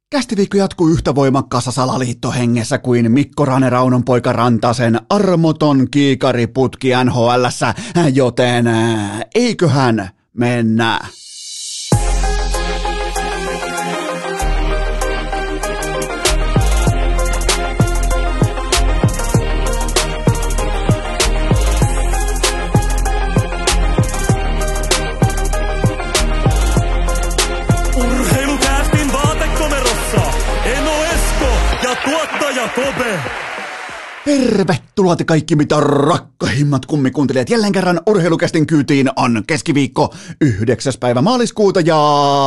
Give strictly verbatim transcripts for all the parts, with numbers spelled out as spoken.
Kästiviikko jatkuu yhtä voimakkaassa salaliittohengessä kuin Mikko Rane Raunonpoika Rantasen armoton kiikariputki N H L:ssä, joten eiköhän mennä. Kope. Tervetuloa te kaikki mitä rakkahimmat kummikuuntelijat. Jälleen kerran Urheilukästin kyytiin on keskiviikko yhdeksäs päivä maaliskuuta ja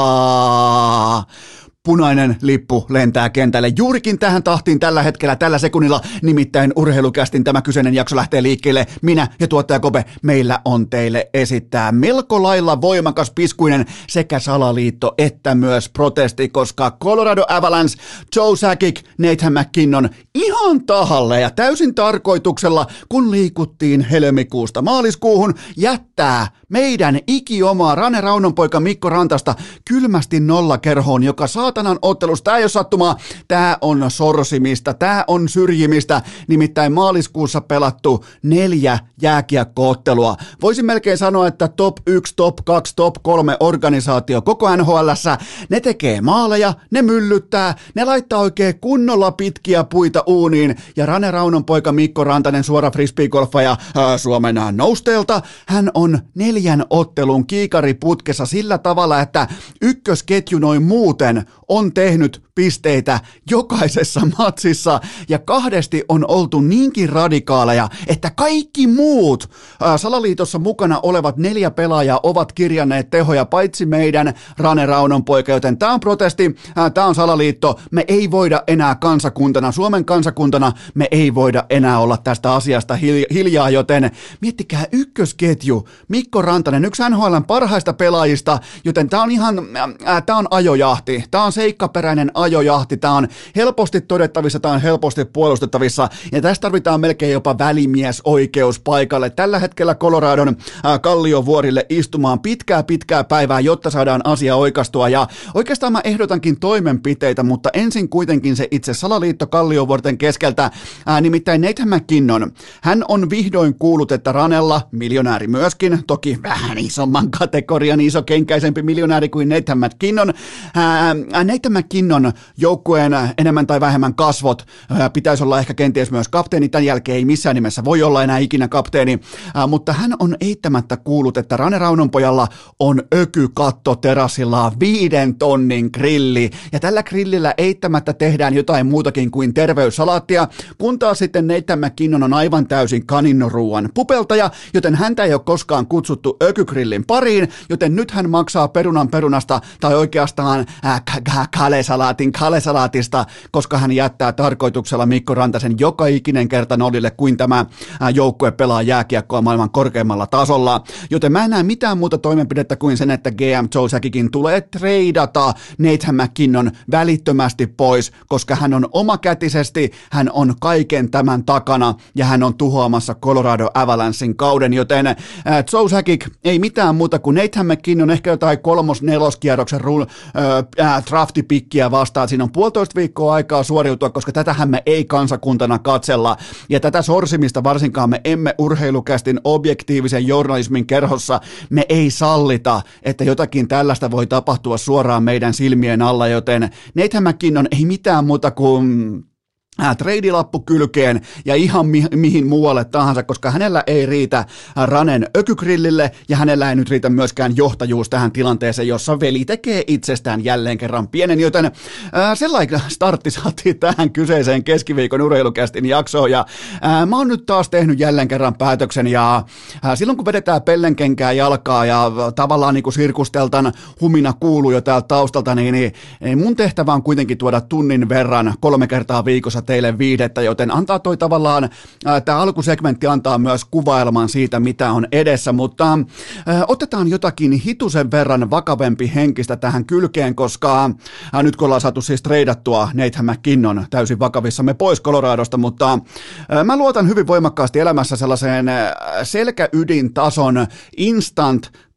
punainen lippu lentää kentälle juurikin tähän tahtiin tällä hetkellä, tällä sekunnilla, nimittäin Urheilukästin tämä kyseinen jakso lähtee liikkeelle. Minä ja tuottaja Kope, meillä on teille esittää melko lailla voimakas piskuinen sekä salaliitto että myös protesti, koska Colorado Avalanche, Joe Sakic, Nathan MacKinnon ihan tahalle ja täysin tarkoituksella, kun liikuttiin helmikuusta maaliskuuhun, jättää meidän ikiomaa Rane Raunonpoika Mikko Rantasta kylmästi nollakerhoon, joka saatanan ottelusta. Tämä ei ole sattumaa, tämä on sorsimista, tämä on syrjimistä, nimittäin maaliskuussa pelattu neljä jääkiekko-ottelua. Voisin melkein sanoa, että top yksi, top kaksi, top kolme organisaatio koko N H L:ssä, ne tekee maaleja, ne myllyttää, ne laittaa oikein kunnolla pitkiä puita uuniin, ja Rane Raunonpoika Mikko Rantanen, suora frisbeegolfaja ää, Suomen nousteelta, hän on neljän ottelun kiikariputkessa sillä tavalla, että ykkösketju noin muuten on tehnyt pisteitä jokaisessa matsissa ja kahdesti on oltu niinkin radikaaleja, että kaikki muut ää, salaliitossa mukana olevat neljä pelaajaa ovat kirjanneet tehoja paitsi meidän Rane Raunonpoika, joten tämä on protesti, tämä on salaliitto, me ei voida enää kansakuntana, Suomen kansakuntana me ei voida enää olla tästä asiasta hiljaa, joten miettikää ykkösketju, Mikko Rantanen, yksi N H L:n parhaista pelaajista, joten tämä on ihan, äh, tämä on ajojahti, tämä on seikkaperäinen ajojahti, tämä on helposti todettavissa, tämä on helposti puolustettavissa, ja tässä tarvitaan melkein jopa välimiesoikeus paikalle. Tällä hetkellä Coloradon äh, kalliovuorille istumaan pitkää pitkää päivää, jotta saadaan asia oikastua, ja oikeastaan mä ehdotankin toimenpiteitä, mutta ensin kuitenkin se itse salaliitto kalliovuorten keskeltä, äh, nimittäin Nathan MacKinnon, hän on vihdoin kuullut, että Ranella, miljonääri myöskin, toki vähän isomman kategorian, iso kenkäisempi miljonääri kuin Nathan MacKinnon, ää, Nathan MacKinnon joukkueen enemmän tai vähemmän kasvot, ää, pitäisi olla ehkä kenties myös kapteeni, tämän jälkeen ei missään nimessä voi olla enää ikinä kapteeni, ää, mutta hän on eittämättä kuullut, että Rane Raunonpojalla on ökykatto terassillaan viiden tonnin grilli, ja tällä grillillä eittämättä tehdään jotain muutakin kuin terveyssalaattia, kun taas sitten Nathan MacKinnon on aivan täysin kaninnoruuan pupeltaja, joten häntä ei ole koskaan kutsuttu ökygrillin pariin, joten nyt hän maksaa perunan perunasta tai oikeastaan äh, kalesalaatin kalesalaatista, koska hän jättää tarkoituksella Mikko Rantasen joka ikinen kerta nollille kuin tämä äh, joukkue pelaa jääkiekkoa maailman korkeimmalla tasolla, joten mä en näe mitään muuta toimenpidettä kuin sen, että G M Joe Sakicin tulee treidata Nathan MacKinnon välittömästi pois, koska hän on omakätisesti, hän on kaiken tämän takana ja hän on tuhoamassa Colorado Avalanchein kauden, joten äh, Joe Sakic ei mitään muuta kuin Nathan MacKinnon, ehkä jotain kolmos-neloskierroksen ru- äh, draftipikkiä vastaan. Siinä on puolitoista viikkoa aikaa suoriutua, koska tätähän me ei kansakuntana katsella. Ja tätä sorsimista varsinkaan me emme Urheilukästin objektiivisen journalismin kerhossa, me ei sallita, että jotakin tällaista voi tapahtua suoraan meidän silmien alla, joten Nathan MacKinnon ei mitään muuta kuin Äh, treidilappu kylkeen ja ihan mi- mihin muualle tahansa, koska hänellä ei riitä Ranen ökygrillille ja hänellä ei nyt riitä myöskään johtajuus tähän tilanteeseen, jossa veli tekee itsestään jälleen kerran pienen, joten äh, sellainen startti saatiin tähän kyseiseen keskiviikon Urheilukästin jaksoon ja äh, mä oon nyt taas tehnyt jälleen kerran päätöksen ja äh, silloin kun vedetään pellenkenkää jalkaa ja tavallaan niin kuin sirkusteltan humina kuuluu jo täältä taustalta, niin, niin, niin mun tehtävä on kuitenkin tuoda tunnin verran kolme kertaa viikossa teille viihdettä, joten antaa toi tavallaan, tämä alkusegmentti antaa myös kuvailman siitä, mitä on edessä, mutta ää, otetaan jotakin hitusen verran vakavempi henkistä tähän kylkeen, koska ää, nyt kun ollaan saatu siis treidattua Nathan MacKinnon täysin vakavissamme pois Coloradosta, mutta ää, mä luotan hyvin voimakkaasti elämässä sellaiseen selkäydintason instant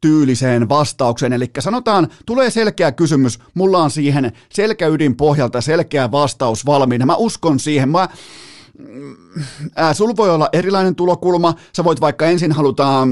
tyyliseen vastaukseen, eli sanotaan, tulee selkeä kysymys, mulla on siihen selkäydin pohjalta selkeä vastaus valmiina, mä uskon siihen, mä Äh, sulla voi olla erilainen tulokulma, sä voit vaikka ensin halutaan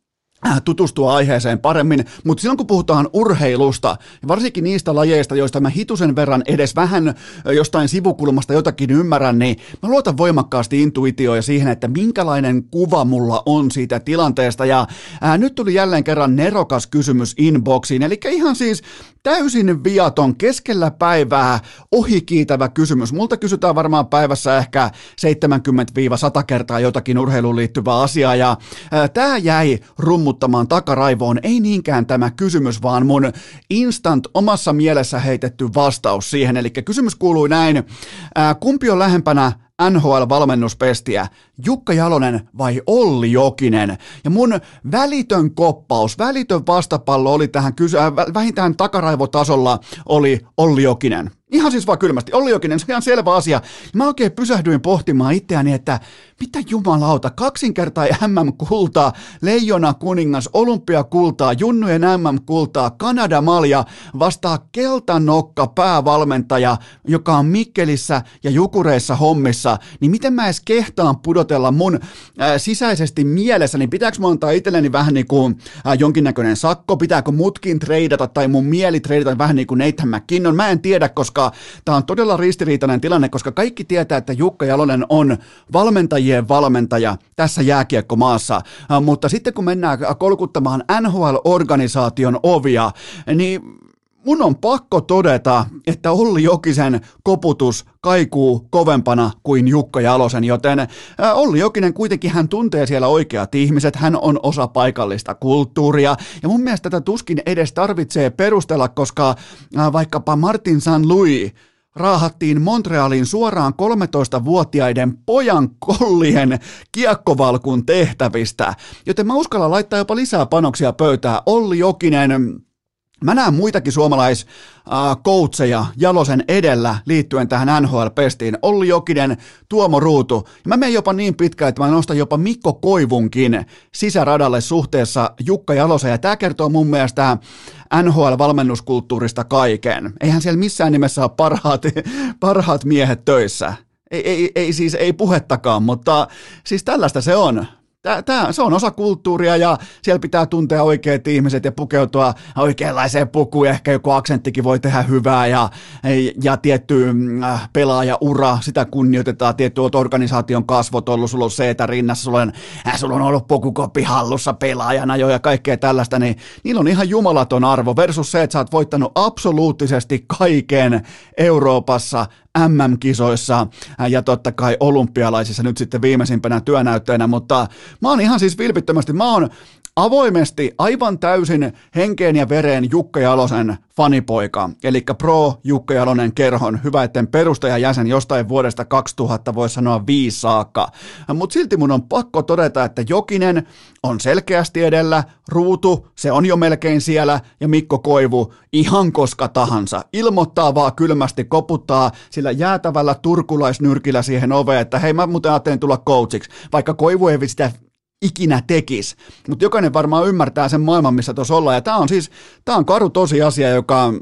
tutustua aiheeseen paremmin, mutta silloin kun puhutaan urheilusta, varsinkin niistä lajeista, joista mä hitusen verran edes vähän jostain sivukulmasta jotakin ymmärrän, niin mä luotan voimakkaasti intuitioon ja siihen, että minkälainen kuva mulla on siitä tilanteesta, ja ää, nyt tuli jälleen kerran nerokas kysymys inboxiin, eli ihan siis täysin viaton, keskellä päivää ohikiitävä kysymys. Multa kysytään varmaan päivässä ehkä seitsemänkymmentä sata kertaa jotakin urheiluun liittyvää asiaa, ja ää, tää jäi rummuttamaan takaraivoon, ei niinkään tämä kysymys, vaan mun instant omassa mielessä heitetty vastaus siihen. Eli kysymys kuului näin, ää, kumpi on lähempänä N H L-valmennuspestiä, Jukka Jalonen vai Olli Jokinen? Ja mun välitön koppaus, välitön vastapallo oli tähän kysy- äh, vähintään takaraivotasolla oli Olli Jokinen. Ihan siis vaan kylmästi. Olli Jokinen, se on ihan selvä asia. Mä oikein pysähdyin pohtimaan itseäni, että mitä jumalauta, kaksinkertainen M M-kultaa, Leijona kuningas, olympiakultaa, junnujen M M-kultaa, Kanada-malja vastaa keltanokka päävalmentaja, joka on Mikkelissä ja Jukureissa hommissa, niin miten mä edes kehtaan pudotella mun äh, sisäisesti mielessä, niin pitääkö mä antaa itselleni vähän niin kuin äh, jonkinnäköinen sakko, pitääkö mutkin treidata tai mun mieli treidata vähän niin kuin Nathan McKinnon, mä en tiedä, koska tämä on todella ristiriitainen tilanne, koska kaikki tietää, että Jukka Jalonen on valmentajien valmentaja tässä jääkiekkomaassa, mutta sitten kun mennään kolkuttamaan N H L-organisaation ovia, niin mun on pakko todeta, että Olli Jokisen koputus kaikuu kovempana kuin Jukka Jalosen, joten Olli Jokinen kuitenkin hän tuntee siellä oikeat ihmiset, hän on osa paikallista kulttuuria, ja mun mielestä tätä tuskin edes tarvitsee perustella, koska vaikkapa Martin Saint Louis raahattiin Montrealiin suoraan kolmetoistavuotiaiden pojan kollien kiekkovalkun tehtävistä, joten mä uskallan laittaa jopa lisää panoksia pöytään. Olli Jokinen, mä näen muitakin suomalais-coacheja Jalosen edellä liittyen tähän N H L-pestiin. Olli Jokinen, Tuomo Ruutu. Ja mä menen jopa niin pitkään, että mä nostan jopa Mikko Koivunkin sisäradalle suhteessa Jukka Jaloseen. Ja tää kertoo mun mielestä N H L-valmennuskulttuurista kaiken. Eihän siellä missään nimessä ole parhaat, parhaat miehet töissä. Ei, ei, ei siis ei puhettakaan, mutta siis tällaista se on. Tää, tää, se on osa kulttuuria ja siellä pitää tuntea oikeat ihmiset ja pukeutua oikeanlaiseen pukuun. Ehkä joku aksenttikin voi tehdä hyvää ja, ja tietty äh, pelaajaura, sitä kunnioitetaan. Tietty olet organisaation kasvot ollut, sulla on seetä rinnassa, sulla on, äh, sulla on ollut pukukoppi hallussa pelaajana jo ja kaikkea tällaista. Niin, niillä on ihan jumalaton arvo versus se, että sä oot voittanut absoluuttisesti kaiken Euroopassa, M M-kisoissa ja totta kai olympialaisissa nyt sitten viimeisimpänä työnäytteenä, mutta mä oon ihan siis vilpittömästi, mä oon avoimesti aivan täysin henkeen ja vereen Jukka Jalosen fanipoika, eli Pro Jukka Jalonen kerhon, hyvä etten perustajajäsen jostain vuodesta kaksituhatta, voisi sanoa viisi saakka, mutta silti mun on pakko todeta, että Jokinen on selkeästi edellä, Ruutu, se on jo melkein siellä, ja Mikko Koivu ihan koska tahansa, ilmoittaa vaan kylmästi, koputtaa sillä jäätävällä turkulaisnyrkillä siihen oveen, että hei mä muuten ajattelin tulla coachiksi, vaikka Koivu ei sitä ikinä tekisi, mutta jokainen varmaan ymmärtää sen maailman, missä tuossa ollaan, ja tämä on siis, tämä on karu tosiasia, joka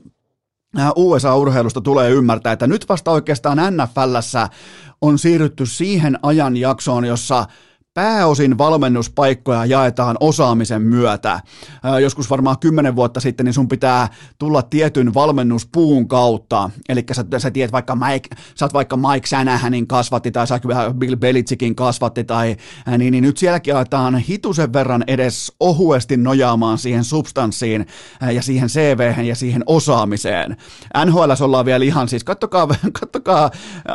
U S A-urheilusta tulee ymmärtää, että nyt vasta oikeastaan N F L:ssä on siirrytty siihen ajanjaksoon, jossa pääosin valmennuspaikkoja jaetaan osaamisen myötä. Joskus varmaan kymmenen vuotta sitten niin sun pitää tulla tietyn valmennuspuun kautta. Eli sä, sä tiedät vaikka Mike, sä oot vaikka Mike Shanahanin kasvatti tai sä Bill Belichickin kasvatti tai niin, niin nyt sielläkin aletaan hitusen verran edes ohuesti nojaamaan siihen substanssiin ja siihen C V:hen ja siihen osaamiseen. N H L:ssä ollaan vielä ihan siis, kattokaa, kattokaa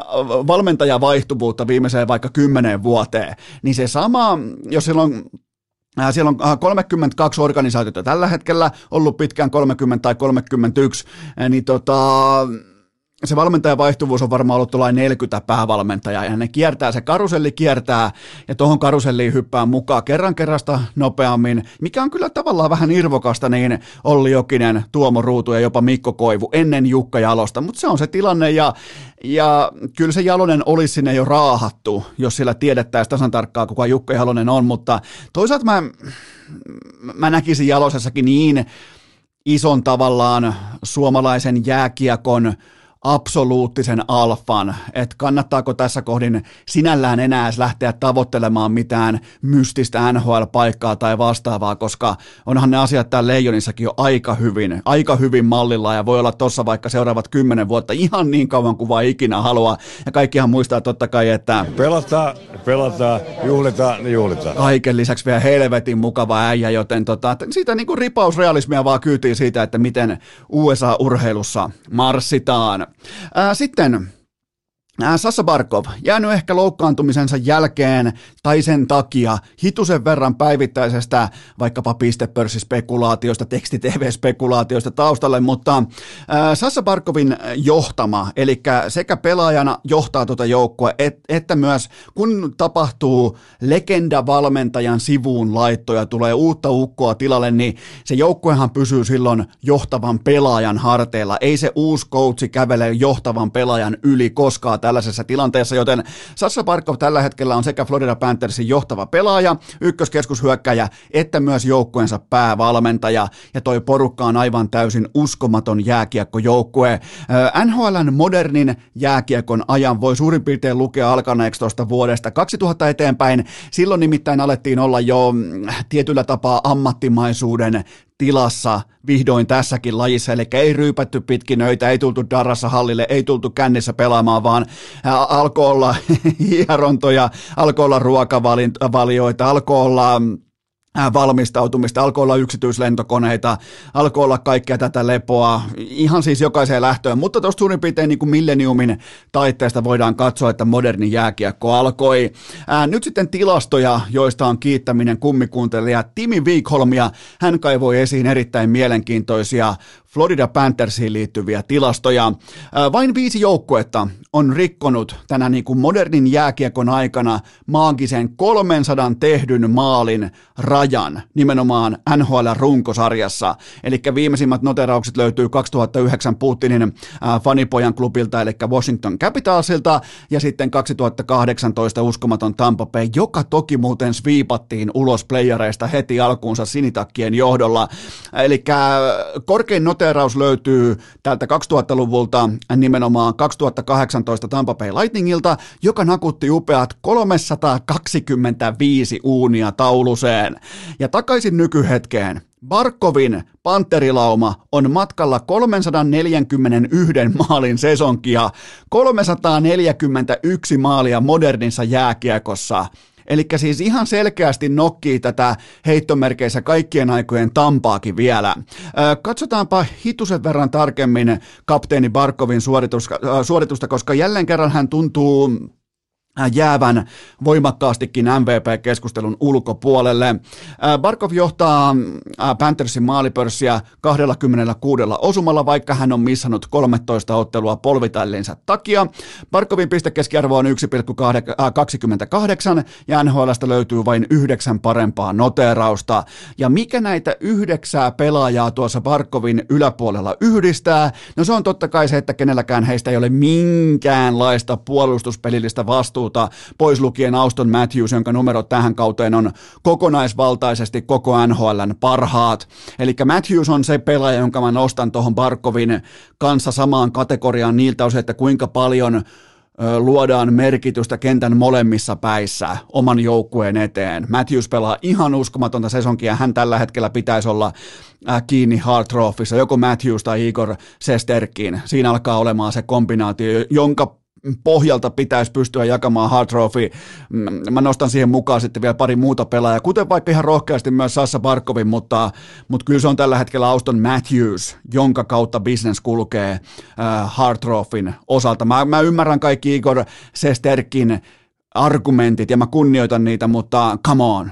valmentajavaihtuvuutta viimeiseen vaikka kymmenen vuoteen, niin se sama, jos siellä on, äh, siellä on kolmekymmentäkaksi organisaatiota tällä hetkellä, ollut pitkään kolmekymmentä tai kolmekymmentäyksi, äh, niin tota, se valmentajan vaihtuvuus on varmaan ollut tuollainen neljäkymmentä päävalmentajaa, ja ne kiertää, se karuselli kiertää, ja tuohon karuselliin hyppää mukaan kerran kerrasta nopeammin, mikä on kyllä tavallaan vähän irvokasta, niin Olli Jokinen, Tuomo Ruutu ja jopa Mikko Koivu ennen Jukka Jalosta, mutta se on se tilanne, ja, ja kyllä se Jalonen olisi sinne jo raahattu, jos sillä tiedettäisiin tasan tarkkaan, kuka Jukka Jalonen on, mutta toisaalta mä, mä näkisin Jalosessakin niin ison tavallaan suomalaisen jääkiekon absoluuttisen alfan, että kannattaako tässä kohdin sinällään enää edes lähteä tavoittelemaan mitään mystistä N H L-paikkaa tai vastaavaa, koska onhan ne asiat täällä Leijonissakin jo aika hyvin, aika hyvin mallilla ja voi olla tuossa vaikka seuraavat kymmenen vuotta ihan niin kauan kuin vaan ikinä haluaa. Ja kaikkihan muistaa totta kai, että pelataan, pelataan, juhlitaan, niin juhlitaan. Kaiken lisäksi vielä helvetin mukava äijä, joten tota, siitä niin kuin ripausrealismia vaan kyytiin siitä, että miten U S A-urheilussa marssitaan. Sitten Sasha Barkov, jäänyt ehkä loukkaantumisensa jälkeen tai sen takia hitusen verran päivittäisestä vaikkapa pistepörssispekulaatiosta, teksti-T V-spekulaatiosta taustalle, mutta Sasha Barkovin johtama, eli sekä pelaajana johtaa tuota joukkoa, et, että myös kun tapahtuu legendavalmentajan sivuun laittoja, tulee uutta ukkoa tilalle, niin se joukkuehan pysyy silloin johtavan pelaajan harteilla, ei se uusi coachi kävele johtavan pelaajan yli koskaan tällaisessa tilanteessa, joten Sasha Barkov tällä hetkellä on sekä Florida Panthersin johtava pelaaja, ykköskeskushyökkäjä, että myös joukkueensa päävalmentaja, ja toi porukka on aivan täysin uskomaton jääkiekkojoukkue. N H L:n modernin jääkiekon ajan voi suurin piirtein lukea alkaneeksi tuosta vuodesta kaksituhatta eteenpäin, silloin nimittäin alettiin olla jo tietyllä tapaa ammattimaisuuden tilassa vihdoin tässäkin lajissa, eli ei ryypätty pitkin öitä, ei tultu darrassa hallille, ei tultu kännissä pelaamaan, vaan alkoi olla hierontoja, alkoi olla ruokavalioita, alkoi olla valmistautumista, alkoi olla yksityislentokoneita, alkoi olla kaikkea tätä lepoa, ihan siis jokaiseen lähtöön, mutta tuosta suurin piirtein niin kuin milleniumin taitteesta voidaan katsoa, että moderni jääkiekko alkoi. Ää, nyt sitten tilastoja, joista on kiittäminen kummikuuntelija Timi Wikholmia, hän kaivoi esiin erittäin mielenkiintoisia Florida Panthersiin liittyviä tilastoja. Vain viisi joukkuetta on rikkonut tänä niin kuin modernin jääkiekon aikana maagisen kolmensadan tehdyn maalin rajan nimenomaan N H L-runkosarjassa. Eli viimeisimmät noteraukset löytyy kaksituhattayhdeksän Putinin fanipojan klubilta, eli Washington Capitalsilta, ja sitten kaksituhattakahdeksantoista uskomaton Tampa Bay, joka toki muuten sviipattiin ulos playereista heti alkuunsa sinitakkien johdolla. Eli korkein noteraus löytyy täältä kaksituhattaluvulta nimenomaan kaksituhattakahdeksantoista Tampa Bay Lightningilta, joka nakutti upeat kolmesataakaksikymmentäviisi uunia tauluseen. Ja takaisin nykyhetkeen. Barkovin panterilauma on matkalla kolmesataaneljäkymmentäyksi maalin sesonkia, kolmesataaneljäkymmentäyksi maalia modernissa jääkiekossa. Eli siis ihan selkeästi nokkii tätä heittomerkeissä kaikkien aikojen Tampaakin vielä. Katsotaanpa hitusen verran tarkemmin kapteeni Barkovin suoritusta, koska jälleen kerran hän tuntuu jäävän voimakkaastikin M V P-keskustelun ulkopuolelle. Barkov johtaa Panthersin maalipörssiä kaksikymmentäkuusi osumalla, vaikka hän on missannut kolmetoista ottelua polvitallinsa takia. Barkovin pistekeskiarvo on yksi pilkku kaksikymmentäkahdeksan ja N H L:stä löytyy vain yhdeksän parempaa noteerausta. Ja mikä näitä yhdeksää pelaajaa tuossa Barkovin yläpuolella yhdistää? No se on totta kai se, että kenelläkään heistä ei ole minkäänlaista puolustuspelillistä vastuuta, pois lukien Auston Matthews, jonka numerot tähän kauteen on kokonaisvaltaisesti koko N H L:n parhaat. Eli Matthews on se pelaaja, jonka mä nostan tuohon Barkovin kanssa samaan kategoriaan niiltä osin, että kuinka paljon luodaan merkitystä kentän molemmissa päissä oman joukkueen eteen. Matthews pelaa ihan uskomatonta sesonkia, hän tällä hetkellä pitäisi olla kiinni Hart Trophyssa, joko Matthews tai Igor Shesterkin. Siinä alkaa olemaan se kombinaatio, jonka pohjalta pitäisi pystyä jakamaan Hart Trophy. Mä nostan siihen mukaan sitten vielä pari muuta pelaajaa, kuten vaikka ihan rohkeasti myös Sasha Barkovin, mutta, mutta kyllä se on tällä hetkellä Auston Matthews, jonka kautta business kulkee äh, Hart Trophyn osalta. Mä, mä ymmärrän kaikki Igor Shesterkin argumentit ja mä kunnioitan niitä, mutta come on,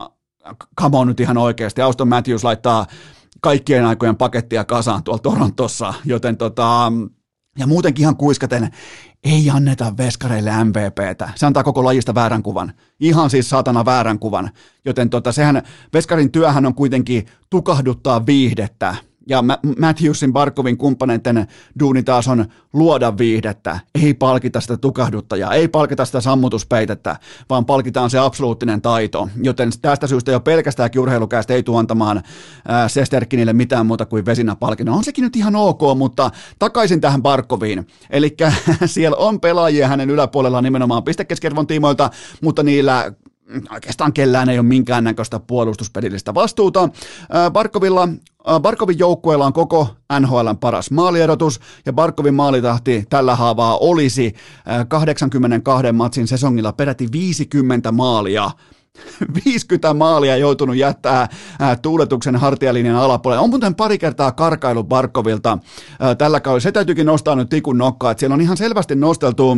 come on nyt ihan oikeasti. Auston Matthews laittaa kaikkien aikojen pakettia kasaan tuolla Torontossa, joten tota... Ja muutenkin ihan kuiskaten, ei anneta veskareille M V P:tä. Se antaa koko lajista väärän kuvan. Ihan siis saatana väärän kuvan. Joten tota, sehän, veskarin työhän on kuitenkin tukahduttaa viihdettä. Ja Matthewsin, Barkovin kumppaneiden duuni taas on luoda viihdettä, ei palkita sitä tukahduttajaa, ei palkita sitä sammutuspeitettä, vaan palkitaan se absoluuttinen taito. Joten tästä syystä jo pelkästään urheilukästä ei tule antamaan Sesterkinille mitään muuta kuin vesinäpalkinnon. On sekin nyt ihan ok, mutta takaisin tähän Barkoviin. Eli siellä on pelaajia hänen yläpuolellaan nimenomaan pistekeskiarvon tiimoilta, mutta niillä oikeastaan kellään ei ole minkäännäköistä puolustuspelillistä vastuuta. Barkovilla, Barkovin joukkueella on koko N H L:n paras maalierotus, ja Barkovin maalitahti tällä haavaa olisi kahdeksankymmentäkaksi matsin sesongilla peräti viisikymmentä maalia. viisikymmentä maalia joutunut jättää tuuletuksen hartialinjan alapuolelle. On muuten pari kertaa karkailu Barkovilta tällä kaudella. Se täytyykin nostaa nyt tikun nokkaa, että siellä on ihan selvästi nosteltu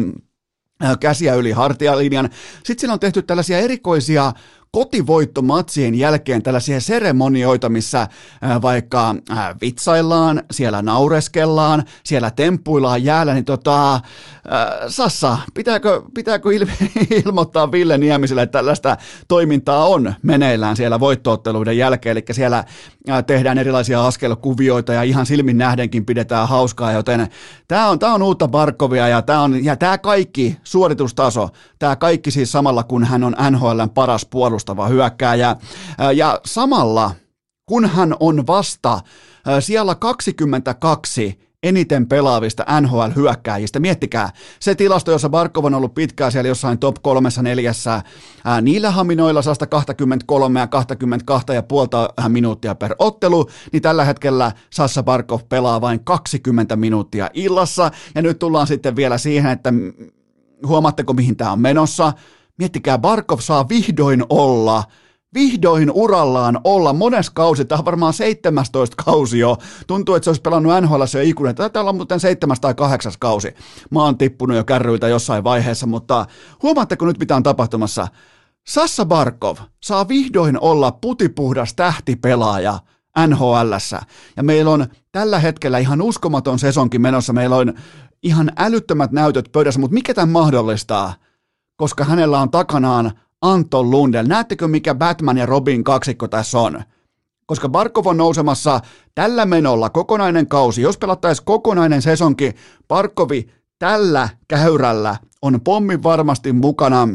käsiä yli hartialinjan. Sitten siellä on tehty tällaisia erikoisia kotivoittomatsien jälkeen tällaisia seremonioita, missä vaikka vitsaillaan, siellä naureskellaan, siellä temppuillaan jäällä, niin tota, Sassa, pitääkö, pitääkö il- ilmoittaa Ville Niemiselle, että tällaista toimintaa on meneillään siellä voittootteluiden jälkeen, eli siellä tehdään erilaisia askelkuvioita ja ihan silmin nähdenkin pidetään hauskaa, joten tämä on, tämä on uutta Barkovia ja tämä on, ja tämä kaikki suoritustaso, tämä kaikki siis samalla, kun hän on N H L:n paras puolustava hyökkääjä, ja samalla, kun hän on vasta siellä kaksikymmentäkaksi eniten pelaavista N H L-hyökkääjistä. Miettikää, se tilasto, jossa Barkov on ollut pitkään siellä jossain top kolmessa neljässä, ää, niillä haminoilla sata kaksikymmentäkolme ja kaksikymmentäkaksi pilkku viisi minuuttia per ottelu, niin tällä hetkellä Sassa Barkov pelaa vain kaksikymmentä minuuttia illassa, ja nyt tullaan sitten vielä siihen, että huomaatteko mihin tämä on menossa? Miettikää, Barkov saa vihdoin olla Vihdoin urallaan olla mones kausi, tämä on varmaan seitsemästoista kausi jo. Tuntuu, että se olisi pelannut N H L:ssä jo ikuinen. Taitaa olla muuten seitsemäs tai kahdeksas kausi. Mä oon tippunut jo kärryiltä jossain vaiheessa, mutta huomaatteko nyt mitä on tapahtumassa? Sassa Barkov saa vihdoin olla putipuhdas tähtipelaaja N H L:ssä. Ja meillä on tällä hetkellä ihan uskomaton sesonkin menossa. Meillä on ihan älyttömät näytöt pöydässä, mutta mikä tämän mahdollistaa? Koska hänellä on takanaan Anton Lundell. Näettekö, mikä Batman ja Robin kaksikko tässä on? Koska Barkov on nousemassa tällä menolla kokonainen kausi. Jos pelattaisiin kokonainen sesonki, Barkovi tällä käyrällä on pommin varmasti mukana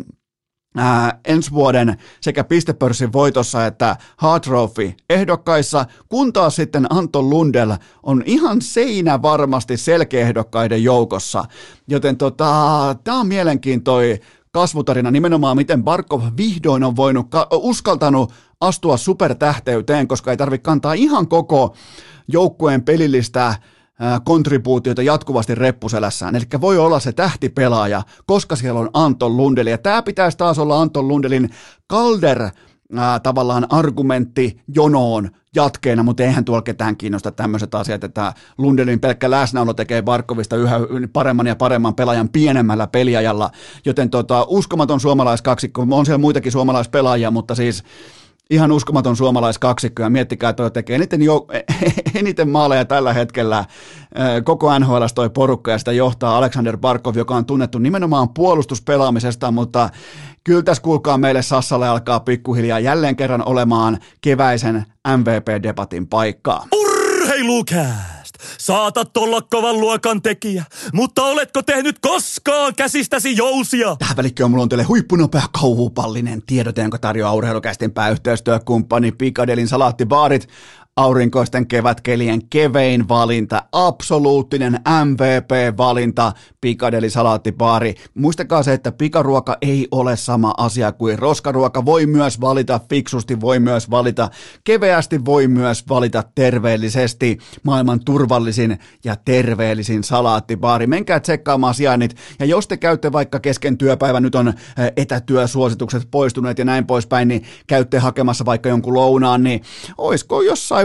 ää, ensi vuoden sekä pistepörssin voitossa että Hart Trophy ehdokkaissa, kun taas sitten Anton Lundell on ihan seinä varmasti selkeäehdokkaiden joukossa. Joten tota, tämä on mielenkiintoinen kasvutarina nimenomaan, miten Barkov vihdoin on voinut, uskaltanut astua supertähteyteen, koska ei tarvitse kantaa ihan koko joukkueen pelillistä kontribuutiota jatkuvasti reppuselässään. Eli voi olla se tähtipelaaja, koska siellä on Anton Lundell. Ja tämä pitäisi taas olla Anton Lundellin Calder Ää, tavallaan argumentti jonoon jatkeena, mutta eihän tuolla ketään kiinnosta tämmöiset asiat, että Lundellin pelkkä läsnäolo tekee Barkovista yhä paremman ja paremman pelaajan pienemmällä peliajalla, joten tota, uskomaton suomalaiskaksikko, on siellä muitakin suomalaispelaajia, mutta siis ihan uskomaton suomalaiskaksikko, ja miettikää, että tekee eniten, jo, eniten maaleja tällä hetkellä koko N H L:ssä toi porukka, ja sitä johtaa Alexander Barkov, joka on tunnettu nimenomaan puolustuspelaamisesta, mutta kyllä tässä kuulkaa meille Sassalle alkaa pikkuhiljaa jälleen kerran olemaan keväisen M V P-debatin paikkaa. Urheilukääst! Saatat olla kovan luokan tekijä, mutta oletko tehnyt koskaan käsistäsi jousia? Tähän välikköön mulla on teille huippunopea kauhupallinen tiedote, jonka tarjoaa Urheilukästin pääyhteistyökumppani Piccadillyn salaattibaarit. Aurinkoisten kevätkelien kevein valinta, absoluuttinen M V P-valinta, Piccadilly salaattibaari. Muistakaa se, että pikaruoka ei ole sama asia kuin roskaruoka. Voi myös valita fiksusti, voi myös valita keveästi, voi myös valita terveellisesti. Maailman turvallisin ja terveellisin salaattibaari. Menkää tsekkaamaan sijainnit, ja jos te käytte vaikka kesken työpäivän, nyt on etätyösuositukset poistuneet ja näin poispäin, niin käytte hakemassa vaikka jonkun lounaan, niin olisiko jossain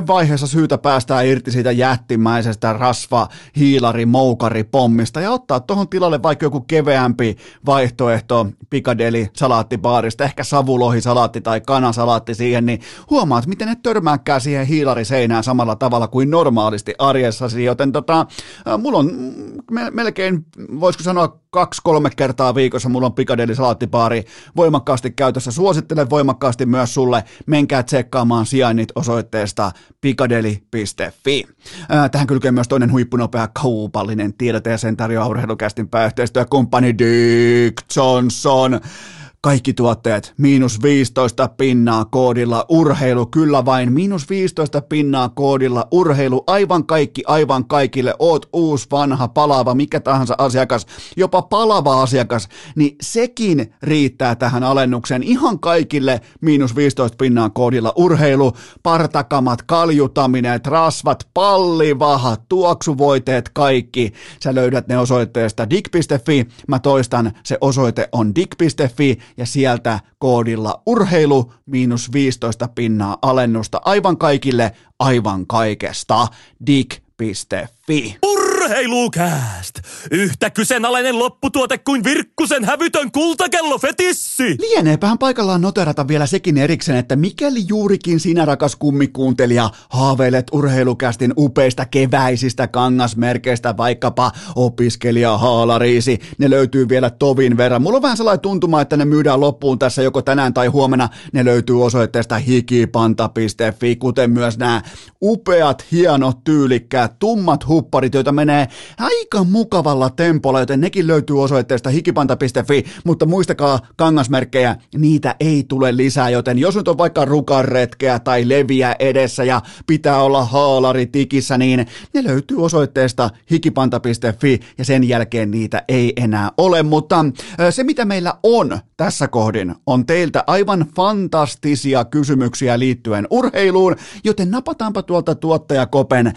jossain vaiheessa syytä päästää irti siitä jättimäisestä rasva, hiilari, moukari, pommista ja ottaa tuohon tilalle vaikka joku keveämpi vaihtoehto Piccadilly salaattibaarista, ehkä savulohisalaatti tai kanasalaatti siihen, niin huomaat, miten ne törmääkään siihen hiilariseinään samalla tavalla kuin normaalisti arjessasi, joten tota, mulla on melkein, voisiko sanoa, kaksi-kolme kertaa viikossa mulla on Piccadilly salaattibaari voimakkaasti käytössä. Suosittelen voimakkaasti myös sulle, menkää tsekkaamaan sijainnit osoitteesta piccadilly piste fi. Tähän kylkee myös toinen huippunopea kaupallinen tiedote ja sen tarjoaa Urheilukästin pääyhteistyökumppani Dick Johnson. Kaikki tuotteet, miinus viisitoista pinnaa koodilla urheilu, kyllä vain, miinus viisitoista pinnaa koodilla urheilu, aivan kaikki, aivan kaikille, oot uusi, vanha, palava, mikä tahansa asiakas, jopa palava asiakas, niin sekin riittää tähän alennukseen, ihan kaikille miinus viisitoista pinnaa koodilla urheilu, partakamat, kaljutamineet, rasvat, pallivahat, tuoksuvoiteet, kaikki, sä löydät ne osoitteesta dick piste fi, mä toistan, se osoite on dick piste fi, ja sieltä koodilla urheilu miinus viisitoista pinnaa alennusta aivan kaikille, aivan kaikesta, dick piste fi. Urheilukääst! Yhtä kyseenalainen lopputuote kuin Virkkusen hävytön kultakello fetissi! Lieneepähän paikallaan noterata vielä sekin erikseen, että mikäli juurikin sinä, rakas kummikuuntelija, haaveilet Urheilukästin upeista keväisistä kangasmerkeistä, vaikkapa opiskelijahaalariisi, ne löytyy vielä tovin verran. Mulla on vähän sellainen tuntuma, että ne myydään loppuun tässä joko tänään tai huomenna. Ne löytyy osoitteesta hikipanta piste fi, kuten myös nämä upeat, hienot, tyylikkäät, tummat hupparit, joita menee aika mukavalla tempolla, joten nekin löytyy osoitteesta hikipanta piste fi, mutta muistakaa kangasmerkkejä, niitä ei tule lisää, joten jos nyt on vaikka rukanretkeä tai leviä edessä ja pitää olla haalari tikissä, niin ne löytyy osoitteesta hikipanta piste fi ja sen jälkeen niitä ei enää ole, mutta se mitä meillä on tässä kohdin on teiltä aivan fantastisia kysymyksiä liittyen urheiluun, joten napataanpa tuolta tuottajakopen